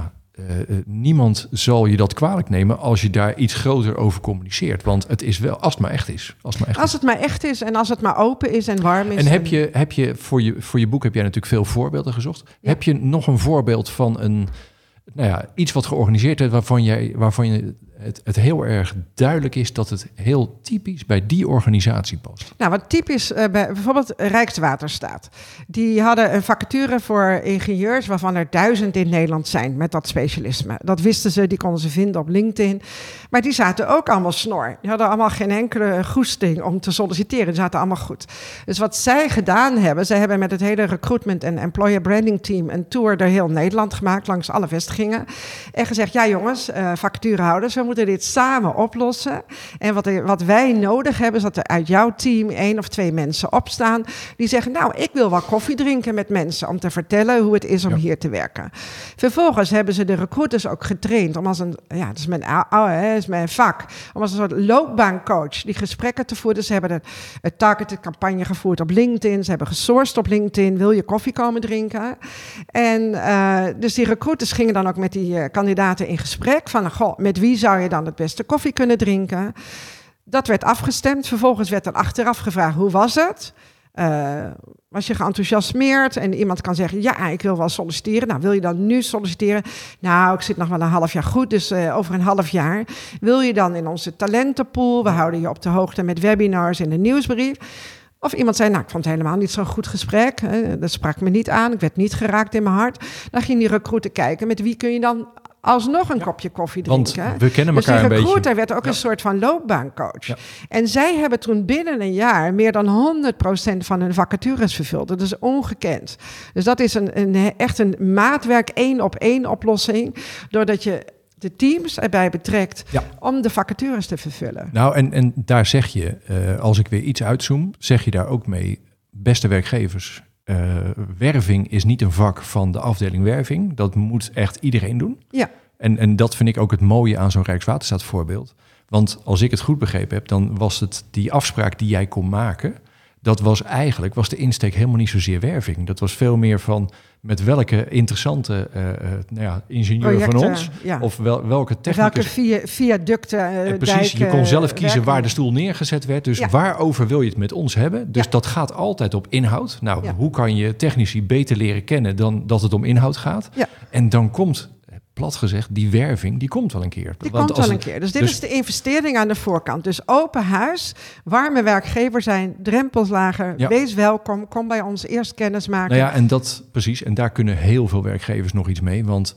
Niemand zal je dat kwalijk nemen als je daar iets groter over communiceert. Want het is wel, als het maar echt is. Als het maar echt is en als het maar open is en warm is. En heb je voor je boek heb jij natuurlijk veel voorbeelden gezocht. Ja. Heb je nog een voorbeeld van iets wat georganiseerd is waarvan je het heel erg duidelijk is dat het heel typisch bij die organisatie past? Nou, wat typisch bij bijvoorbeeld Rijkswaterstaat. Die hadden een vacature voor ingenieurs, waarvan er 1000 in Nederland zijn met dat specialisme. Dat wisten ze, die konden ze vinden op LinkedIn. Maar die zaten ook allemaal snor. Die hadden allemaal geen enkele goesting om te solliciteren. Die zaten allemaal goed. Dus wat zij gedaan hebben, zij hebben met het hele recruitment en employer branding team een tour door heel Nederland gemaakt, langs alle vestigingen. En gezegd, jongens, vacaturehouders, we moeten moeten dit samen oplossen. En wat wij nodig hebben, is dat er uit jouw team 1 of 2 mensen opstaan die zeggen, nou, ik wil wel koffie drinken met mensen om te vertellen hoe het is om hier te werken. Vervolgens hebben ze de recruiters ook getraind om als een, dat is mijn vak, om als een soort loopbaancoach die gesprekken te voeren. Ze hebben de targeted campagne gevoerd op LinkedIn. Ze hebben gesourced op LinkedIn. Wil je koffie komen drinken? En dus die recruiters gingen dan ook met die kandidaten in gesprek van, met wie zou je dan het beste koffie kunnen drinken? Dat werd afgestemd. Vervolgens werd er achteraf gevraagd, hoe was het? Was je geenthousiasmeerd? En iemand kan zeggen, ja, ik wil wel solliciteren. Nou, wil je dan nu solliciteren? Nou, ik zit nog wel een half jaar goed, dus over een half jaar. Wil je dan in onze talentenpool? We houden je op de hoogte met webinars en de nieuwsbrief. Of iemand zei, nou, ik vond het helemaal niet zo'n goed gesprek. Dat sprak me niet aan, ik werd niet geraakt in mijn hart. Dan ging die recruiter kijken, met wie kun je dan alsnog een kopje koffie drinken. Want we kennen elkaar een beetje. Dus die recruiter werd ook een soort van loopbaancoach. Ja. En zij hebben toen binnen een jaar meer dan 100% van hun vacatures vervuld. Dat is ongekend. Dus dat is echt een maatwerk 1-op-1 oplossing. Doordat je de teams erbij betrekt om de vacatures te vervullen. Nou, en daar zeg je, als ik weer iets uitzoom, zeg je daar ook mee, beste werkgevers, werving is niet een vak van de afdeling werving. Dat moet echt iedereen doen. Ja. En dat vind ik ook het mooie aan zo'n Rijkswaterstaat voorbeeld. Want als ik het goed begrepen heb, dan was het die afspraak die jij kon maken, dat was de insteek helemaal niet zozeer werving. Dat was veel meer van met welke interessante ingenieur projecten, van ons, of welke technicus. Welke viaducten, precies, dijken, je kon zelf kiezen waar de stoel neergezet werd. Dus waarover wil je het met ons hebben? Dus dat gaat altijd op inhoud. Nou, hoe kan je technici beter leren kennen dan dat het om inhoud gaat? Ja. En dan komt, plat gezegd, die werving, die komt wel een keer. Dus dit is de investering aan de voorkant. Dus open huis, warme werkgever zijn, drempels lager, wees welkom, kom bij ons eerst kennis maken. Nou ja, en dat precies, en daar kunnen heel veel werkgevers nog iets mee, want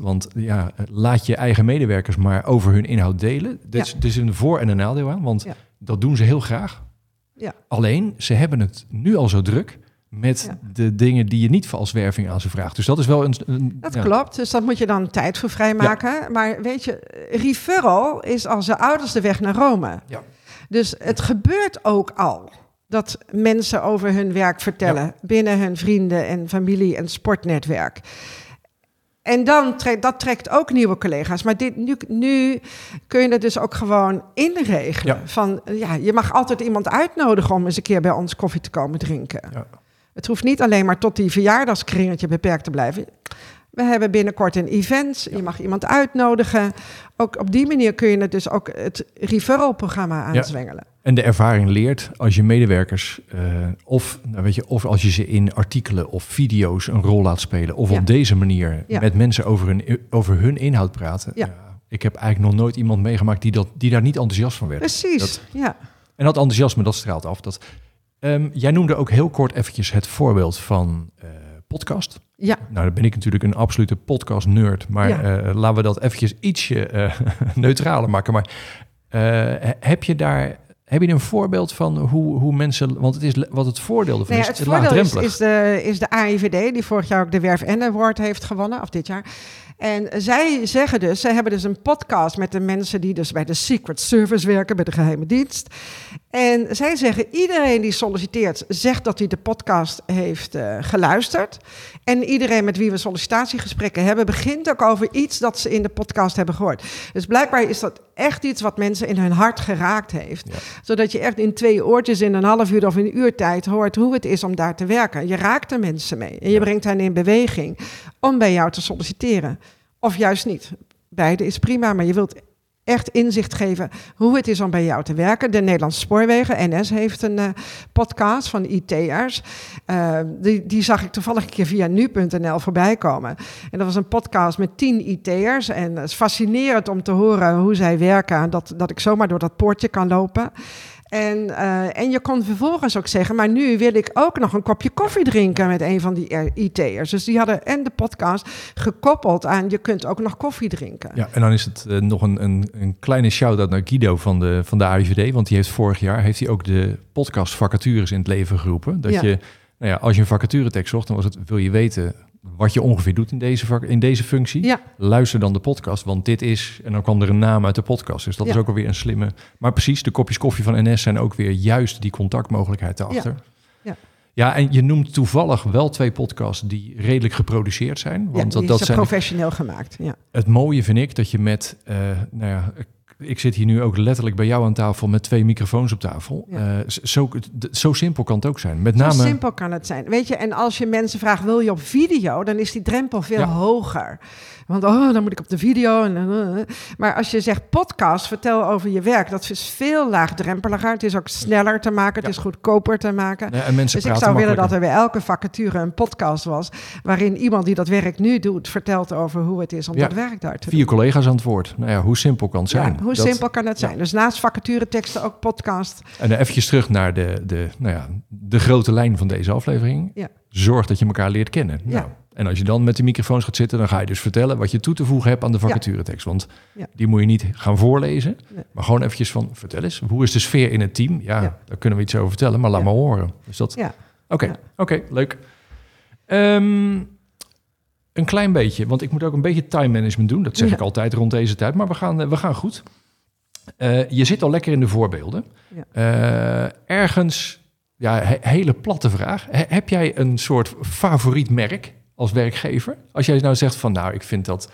laat je eigen medewerkers maar over hun inhoud delen. Er is een voor- en een nadeel aan, want dat doen ze heel graag. Ja. Alleen, ze hebben het nu al zo druk met de dingen die je niet als werving aan ze vraagt. Dus dat is wel een dat klopt, dus dat moet je dan tijd voor vrijmaken. Ja. Maar weet je, referral is als de ouders de weg naar Rome. Ja. Dus het gebeurt ook al dat mensen over hun werk vertellen binnen hun vrienden en familie en sportnetwerk. En dan dat trekt ook nieuwe collega's. Maar nu kun je het dus ook gewoon inregelen. Ja. Van, je mag altijd iemand uitnodigen om eens een keer bij ons koffie te komen drinken. Ja. Het hoeft niet alleen maar tot die verjaardagskringetje beperkt te blijven. We hebben binnenkort een event. Je mag iemand uitnodigen. Ook op die manier kun je het dus ook het referral-programma aanzwengelen. Ja. En de ervaring leert als je medewerkers of als je ze in artikelen of video's een rol laat spelen, of op deze manier met mensen over hun inhoud praten. Ja. Ik heb eigenlijk nog nooit iemand meegemaakt die daar niet enthousiast van werd. Precies, En dat enthousiasme, dat straalt af. Jij noemde ook heel kort eventjes het voorbeeld van podcast. Ja. Nou, dan ben ik natuurlijk een absolute podcast-nerd, maar laten we dat eventjes ietsje neutraler maken. Maar heb je een voorbeeld van hoe mensen, want het is wat het voordeel ervan is, het voordeel is de AIVD, die vorig jaar ook de Werf N Award heeft gewonnen, of dit jaar. En zij hebben dus een podcast met de mensen die dus bij de Secret Service werken, bij de geheime dienst. En zij zeggen, iedereen die solliciteert, zegt dat hij de podcast heeft geluisterd. En iedereen met wie we sollicitatiegesprekken hebben, begint ook over iets dat ze in de podcast hebben gehoord. Dus blijkbaar is dat echt iets wat mensen in hun hart geraakt heeft. Ja. Zodat je echt in 2 oortjes in een half uur of een uur tijd hoort hoe het is om daar te werken. Je raakt er mensen mee en je brengt hen in beweging om bij jou te solliciteren. Of juist niet. Beide is prima, maar je wilt echt inzicht geven hoe het is om bij jou te werken. De Nederlandse Spoorwegen, NS, heeft een podcast van IT'ers. Die zag ik toevallig een keer via nu.nl voorbij komen. En dat was een podcast met 10 IT'ers. En het is fascinerend om te horen hoe zij werken. Dat ik zomaar door dat poortje kan lopen. En je kon vervolgens ook zeggen, maar nu wil ik ook nog een kopje koffie drinken met een van die IT'ers. Dus die hadden de podcast gekoppeld aan, je kunt ook nog koffie drinken. Ja, en dan is het nog een kleine shout-out naar Guido van de AIVD, want die heeft vorig jaar ook de podcast vacatures in het leven geroepen. Dat je, als je een vacaturetekst zocht, dan was het, wil je weten wat je ongeveer doet in deze functie. Ja. Luister dan de podcast, want dit is... En dan kwam er een naam uit de podcast, dus dat is ook alweer een slimme... Maar precies, de kopjes koffie van NS zijn ook weer juist die contactmogelijkheid daarachter. Ja, en je noemt toevallig wel 2 podcasts die redelijk geproduceerd zijn. Want dat zijn professioneel gemaakt. Ja. Het mooie vind ik dat je met... ik zit hier nu ook letterlijk bij jou aan tafel met 2 microfoons op tafel. Ja. Zo simpel kan het ook zijn. Met name... Zo simpel kan het zijn. Weet je, en als je mensen vraagt, wil je op video? Dan is die drempel veel hoger. Want dan moet ik op de video. Maar als je zegt podcast, vertel over je werk. Dat is veel laagdrempeliger. Het is ook sneller te maken. Het is goedkoper te maken. Ja, en mensen dus ik zou willen dat er bij elke vacature een podcast was... waarin iemand die dat werk nu doet... vertelt over hoe het is om dat werk daar te doen. 4 collega's aan het woord. Nou ja, hoe simpel kan het zijn? Ja, hoe simpel kan het zijn? Dus naast vacatureteksten ook podcast. En dan eventjes terug naar de grote lijn van deze aflevering. Ja. Zorg dat je elkaar leert kennen. Ja. Nou, en als je dan met de microfoons gaat zitten... dan ga je dus vertellen wat je toe te voegen hebt aan de vacaturetekst. Want die moet je niet gaan voorlezen. Nee. Maar gewoon eventjes van, vertel eens. Hoe is de sfeer in het team? Ja, daar kunnen we iets over vertellen, maar laat maar horen. Dus dat... Oké, leuk. Een klein beetje, want ik moet ook een beetje time management doen. Dat zeg ik altijd rond deze tijd, maar we gaan goed. Je zit al lekker in de voorbeelden. Ja. Ergens, hele platte vraag. Heb jij een soort favoriet merk als werkgever? Als jij nou zegt van, ik vind dat...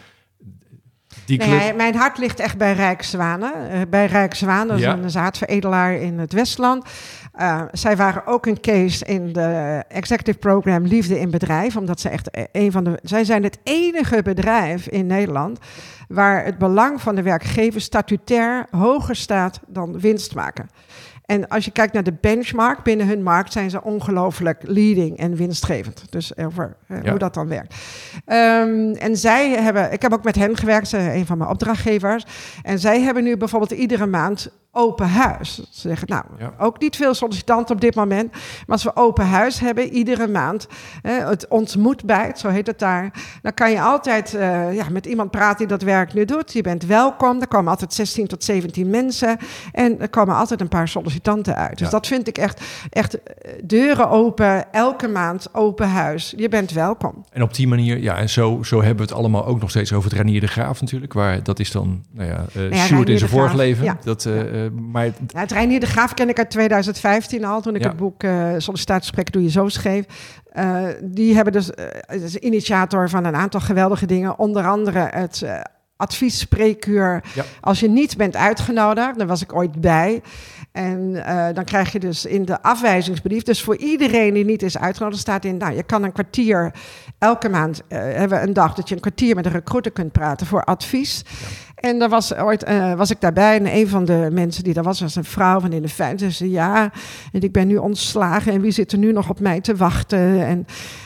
Mijn hart ligt echt bij Rijkszwanen. Bij Rijkszwanen, dat is een zaadveredelaar in het Westland. Zij waren ook een case in de executive program Liefde in Bedrijf. Omdat ze echt zij zijn het enige bedrijf in Nederland waar het belang van de werkgever statutair hoger staat dan winst maken. En als je kijkt naar de benchmark binnen hun markt, zijn ze ongelooflijk leading en winstgevend. Dus over hoe dat dan werkt. En ik heb ook met hen gewerkt, ze zijn een van mijn opdrachtgevers. En zij hebben nu bijvoorbeeld iedere maand open huis. Ze zeggen, ook niet veel sollicitanten op dit moment. Maar als we open huis hebben, iedere maand, het ontmoetbijt, zo heet het daar. Dan kan je altijd met iemand praten die dat werk nu doet. Je bent welkom. Er komen altijd 16 tot 17 mensen. En er komen altijd een paar sollicitanten uit. Dus dat vind ik echt deuren open, elke maand open huis. Je bent welkom. En op die manier, en zo hebben we het allemaal ook nog steeds over het Reinier de Graaf natuurlijk. Waar dat is dan, Sjoerd in zijn vorig leven. Ja. Het Reinier de Graaf ken ik uit 2015 al, toen ik het boek Sollicitatiegesprek Doe Je Zo schreef. Die hebben dus is initiator van een aantal geweldige dingen. Onder andere het adviesspreekuur. Ja. Als je niet bent uitgenodigd, daar was ik ooit bij. En dan krijg je dus in de afwijzingsbrief... dus voor iedereen die niet is uitgenodigd, staat in... je kan een kwartier, elke maand hebben we een dag... dat je een kwartier met een recruiter kunt praten voor advies. Ja. En daar was ik daarbij en een van de mensen die daar was een vrouw van in de 50. Ze zei, en ik ben nu ontslagen en wie zit er nu nog op mij te wachten?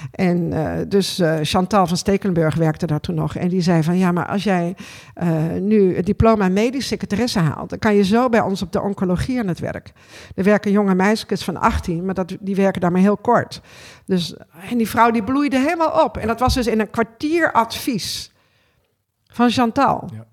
Dus Chantal van Stekelenburg werkte daar toen nog. En die zei van, maar als jij nu het diploma medisch secretaresse haalt... dan kan je zo bij ons op de oncologie aan het werk. Er werken jonge meisjes van 18, maar die werken daar maar heel kort. Dus, en die vrouw die bloeide helemaal op. En dat was dus in een kwartier advies van Chantal. Ja.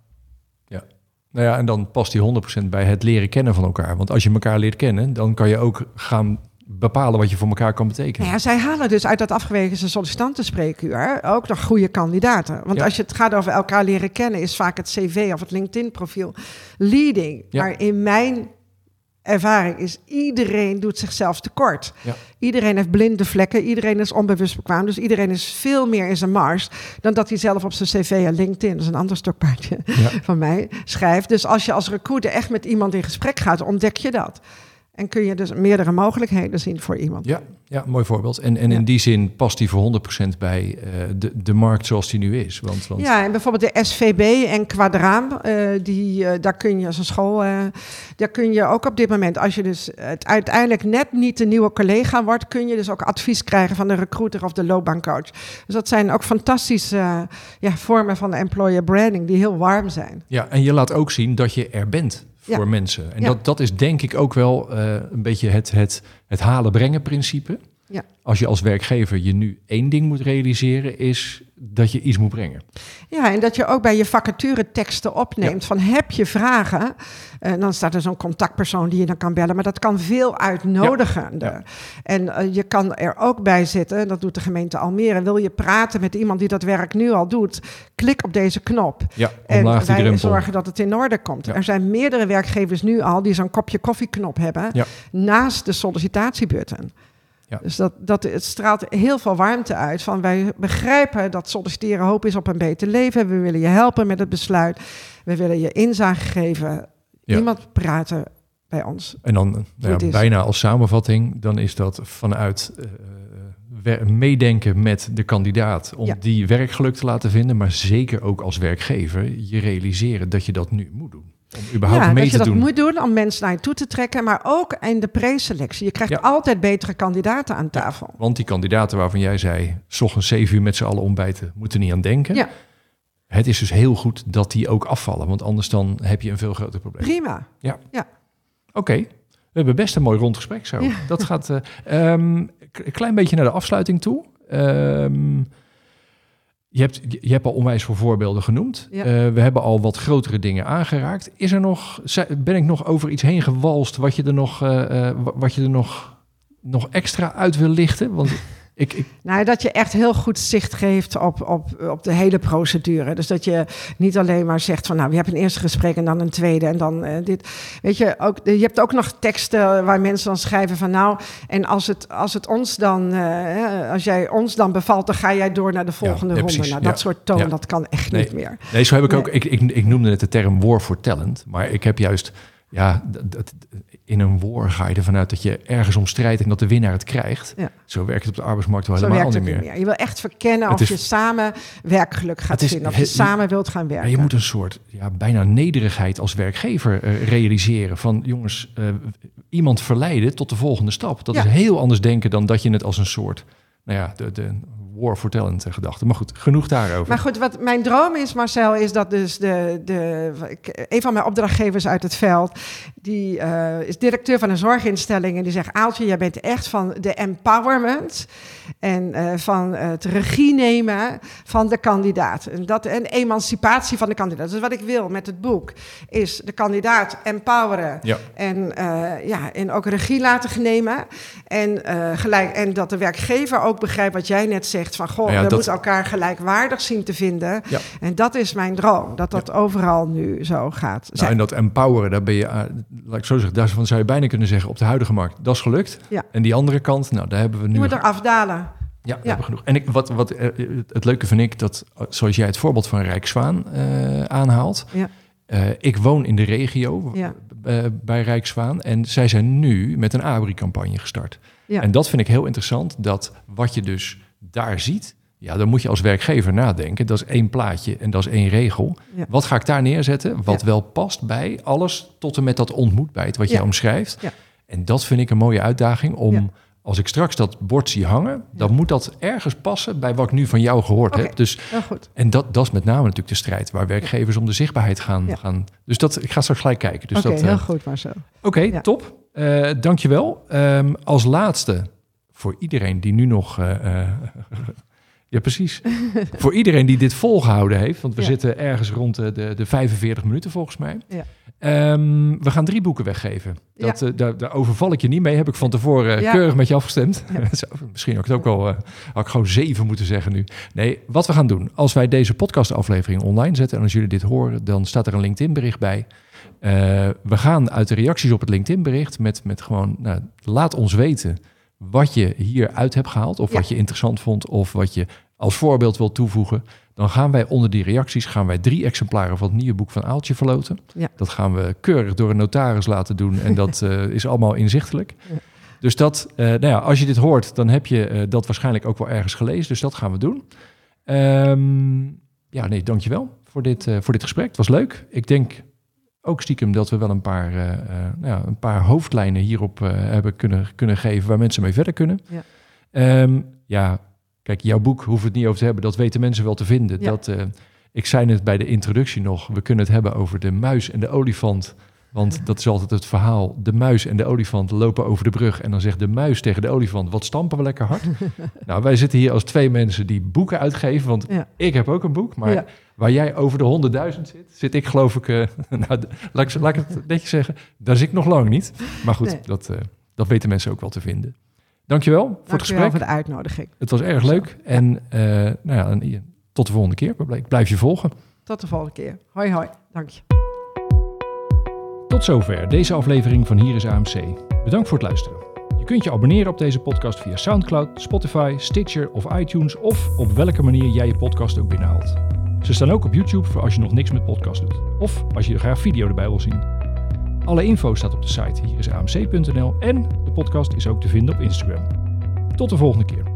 En dan past die 100% bij het leren kennen van elkaar. Want als je elkaar leert kennen, dan kan je ook gaan bepalen wat je voor elkaar kan betekenen. Zij halen dus uit dat afgewezen sollicitantenspreekuur ook nog goede kandidaten. Want als je het gaat over elkaar leren kennen, is vaak het cv of het LinkedIn-profiel leading. Ja. Maar in mijn ervaring is iedereen doet zichzelf tekort. Ja. Iedereen heeft blinde vlekken, iedereen is onbewust bekwaam. Dus iedereen is veel meer in zijn mars dan dat hij zelf op zijn cv en LinkedIn, dat is een ander stokpaardje van mij, schrijft. Dus als je als recruiter echt met iemand in gesprek gaat, ontdek je dat. En kun je dus meerdere mogelijkheden zien voor iemand. Ja, mooi voorbeeld. En in die zin past die voor 100% bij de markt zoals die nu is. Want... Ja, en bijvoorbeeld de SVB en Quadraam, daar kun je als een school... daar kun je ook op dit moment, als je dus uiteindelijk net niet de nieuwe collega wordt... kun je dus ook advies krijgen van de recruiter of de loopbaancoach. Dus dat zijn ook fantastische vormen van employer branding die heel warm zijn. Ja, en je laat ook zien dat je er bent voor mensen. En dat is denk ik ook wel een beetje het halen-brengen principe. Ja. Als je als werkgever je nu 1 ding moet realiseren, is dat je iets moet brengen. Ja, en dat je ook bij je vacatureteksten opneemt van heb je vragen? Dan staat er zo'n contactpersoon die je dan kan bellen, maar dat kan veel uitnodigender. Ja. En je kan er ook bij zitten, dat doet de gemeente Almere. Wil je praten met iemand die dat werk nu al doet? Klik op deze knop. Ja, en wij wij zorgen dat het in orde komt. Ja. Er zijn meerdere werkgevers nu al die zo'n kopje koffieknop hebben naast de sollicitatiebutton. Ja. Dus het straalt heel veel warmte uit. Van wij begrijpen dat solliciteren hoop is op een beter leven. We willen je helpen met het besluit. We willen je inzage geven. Ja. Iemand praten bij ons. En dan bijna als samenvatting, dan is dat vanuit meedenken met de kandidaat om die werkgeluk te laten vinden, maar zeker ook als werkgever je realiseren dat je dat nu moet doen. Om überhaupt mee te doen. Dat je dat moet doen om mensen naar je toe te trekken, maar ook in de preselectie. Je krijgt altijd betere kandidaten aan tafel. Ja, want die kandidaten waarvan jij zei, 's ochtends 7 uur met z'n allen ontbijten, moeten niet aan denken. Ja. Het is dus heel goed dat die ook afvallen, want anders dan heb je een veel groter probleem. Prima. Ja. Oké. We hebben best een mooi rond gesprek zo. Ja. Dat gaat een klein beetje naar de afsluiting toe. Je hebt al onwijs veel voorbeelden genoemd. Ja. We hebben al wat grotere dingen aangeraakt. Ben ik nog over iets heen gewalst wat je er nog extra uit wil lichten? Want Nou, dat je echt heel goed zicht geeft op de hele procedure. Dus dat je niet alleen maar zegt van, nou, we hebben een eerste gesprek en dan een tweede en dan dit. Weet je, je hebt ook nog teksten waar mensen dan schrijven van, nou, en als jij ons dan bevalt, dan ga jij door naar de volgende ronde. Precies. Nou, dat soort toon, dat kan echt niet meer. Nee, zo heb ik ook. Ik noemde het de term war for talent, maar ik heb juist. Ja, in een war ga je ervan uit dat je ergens om strijdt en dat de winnaar het krijgt. Ja. Zo werkt het op de arbeidsmarkt wel helemaal niet meer. Je wil echt verkennen of je samen werkgeluk gaat vinden. Of je samen wilt gaan werken. Je moet een soort bijna nederigheid als werkgever realiseren. Van jongens, iemand verleiden tot de volgende stap. Dat is heel anders denken dan dat je het als een soort... de war for talent gedachte. Maar goed, genoeg daarover. Maar goed, wat mijn droom is, Marcel, is dat dus een van mijn opdrachtgevers uit het veld, die is directeur van een zorginstelling en die zegt, Aaltje, jij bent echt van de empowerment en van het regie nemen van de kandidaat. En emancipatie van de kandidaat. Dus wat ik wil met het boek is de kandidaat empoweren en ook regie laten nemen en dat de werkgever ook begrijpt wat jij net zegt van, we moeten elkaar gelijkwaardig zien te vinden. Ja. En dat is mijn droom, dat overal nu zo gaat zijn. En dat empoweren, daar ben je, laat ik zo zeggen, daarvan zou je bijna kunnen zeggen, op de huidige markt, dat is gelukt. Ja. En die andere kant, daar hebben we nu... Je moet er afdalen. Ja, we hebben genoeg. En wat het leuke vind ik, dat zoals jij het voorbeeld van Rijkswaan aanhaalt. Ja. Ik woon in de regio bij Rijkswaan en zij zijn nu met een ABRI-campagne gestart. Ja. En dat vind ik heel interessant, dat wat je dus daar ziet, dan moet je als werkgever nadenken. Dat is 1 plaatje en dat is 1 regel. Ja. Wat ga ik daar neerzetten? Wat wel past bij alles tot en met dat ontmoetbijt wat jij omschrijft. Ja. En dat vind ik een mooie uitdaging om, als ik straks dat bord zie hangen, dan moet dat ergens passen bij wat ik nu van jou gehoord heb. Dus, goed. En dat is met name natuurlijk de strijd waar werkgevers om de zichtbaarheid gaan. Dus ik ga straks gelijk kijken. Dus heel goed, Marcel. Oké, top. Dankjewel. Als laatste, voor iedereen die nu nog... ja, precies. Voor iedereen die dit volgehouden heeft, want we zitten ergens rond de 45 minuten volgens mij. Ja. We gaan 3 boeken weggeven. Daar overval ik je niet mee. Heb ik van tevoren keurig met je afgestemd. Ja. Misschien had ik het ook wel... had ik gewoon 7 moeten zeggen nu. Nee, wat we gaan doen. Als wij deze podcastaflevering online zetten en als jullie dit horen, dan staat er een LinkedIn-bericht bij. We gaan uit de reacties op het LinkedIn-bericht met gewoon... laat ons weten wat je hieruit hebt gehaald, of wat je interessant vond, of wat je als voorbeeld wilt toevoegen. Dan gaan wij onder die reacties 3 exemplaren van het nieuwe boek van Aaltje verloten. Ja. Dat gaan we keurig door een notaris laten doen en dat is allemaal inzichtelijk. Ja. Dus dat, als je dit hoort, dan heb je dat waarschijnlijk ook wel ergens gelezen. Dus dat gaan we doen. Dankjewel voor dit gesprek. Het was leuk. Ik denk ook stiekem dat we wel een paar hoofdlijnen hierop hebben kunnen geven waar mensen mee verder kunnen. Ja. Kijk, jouw boek hoeven we het niet over te hebben. Dat weten mensen wel te vinden. Ja. Ik zei net bij de introductie nog, we kunnen het hebben over de muis en de olifant Want dat is altijd het verhaal. De muis en de olifant lopen over de brug. En dan zegt de muis tegen de olifant, wat stampen we lekker hard. Nou, wij zitten hier als 2 mensen die boeken uitgeven. Want ik heb ook een boek. Maar waar jij over de 100.000 zit ik geloof ik... nou, laat ik het netjes zeggen. Daar zit ik nog lang niet. Maar goed, dat weten mensen ook wel te vinden. Dankjewel voor het gesprek. Voor de uitnodiging. Het was erg leuk. En tot de volgende keer. Ik blijf je volgen. Tot de volgende keer. Hoi, hoi. Dank je. Tot zover deze aflevering van Hier is AMC. Bedankt voor het luisteren. Je kunt je abonneren op deze podcast via SoundCloud, Spotify, Stitcher of iTunes of op welke manier jij je podcast ook binnenhaalt. Ze staan ook op YouTube voor als je nog niks met podcast doet. Of als je graag video erbij wil zien. Alle info staat op de site hierisamc.nl en de podcast is ook te vinden op Instagram. Tot de volgende keer.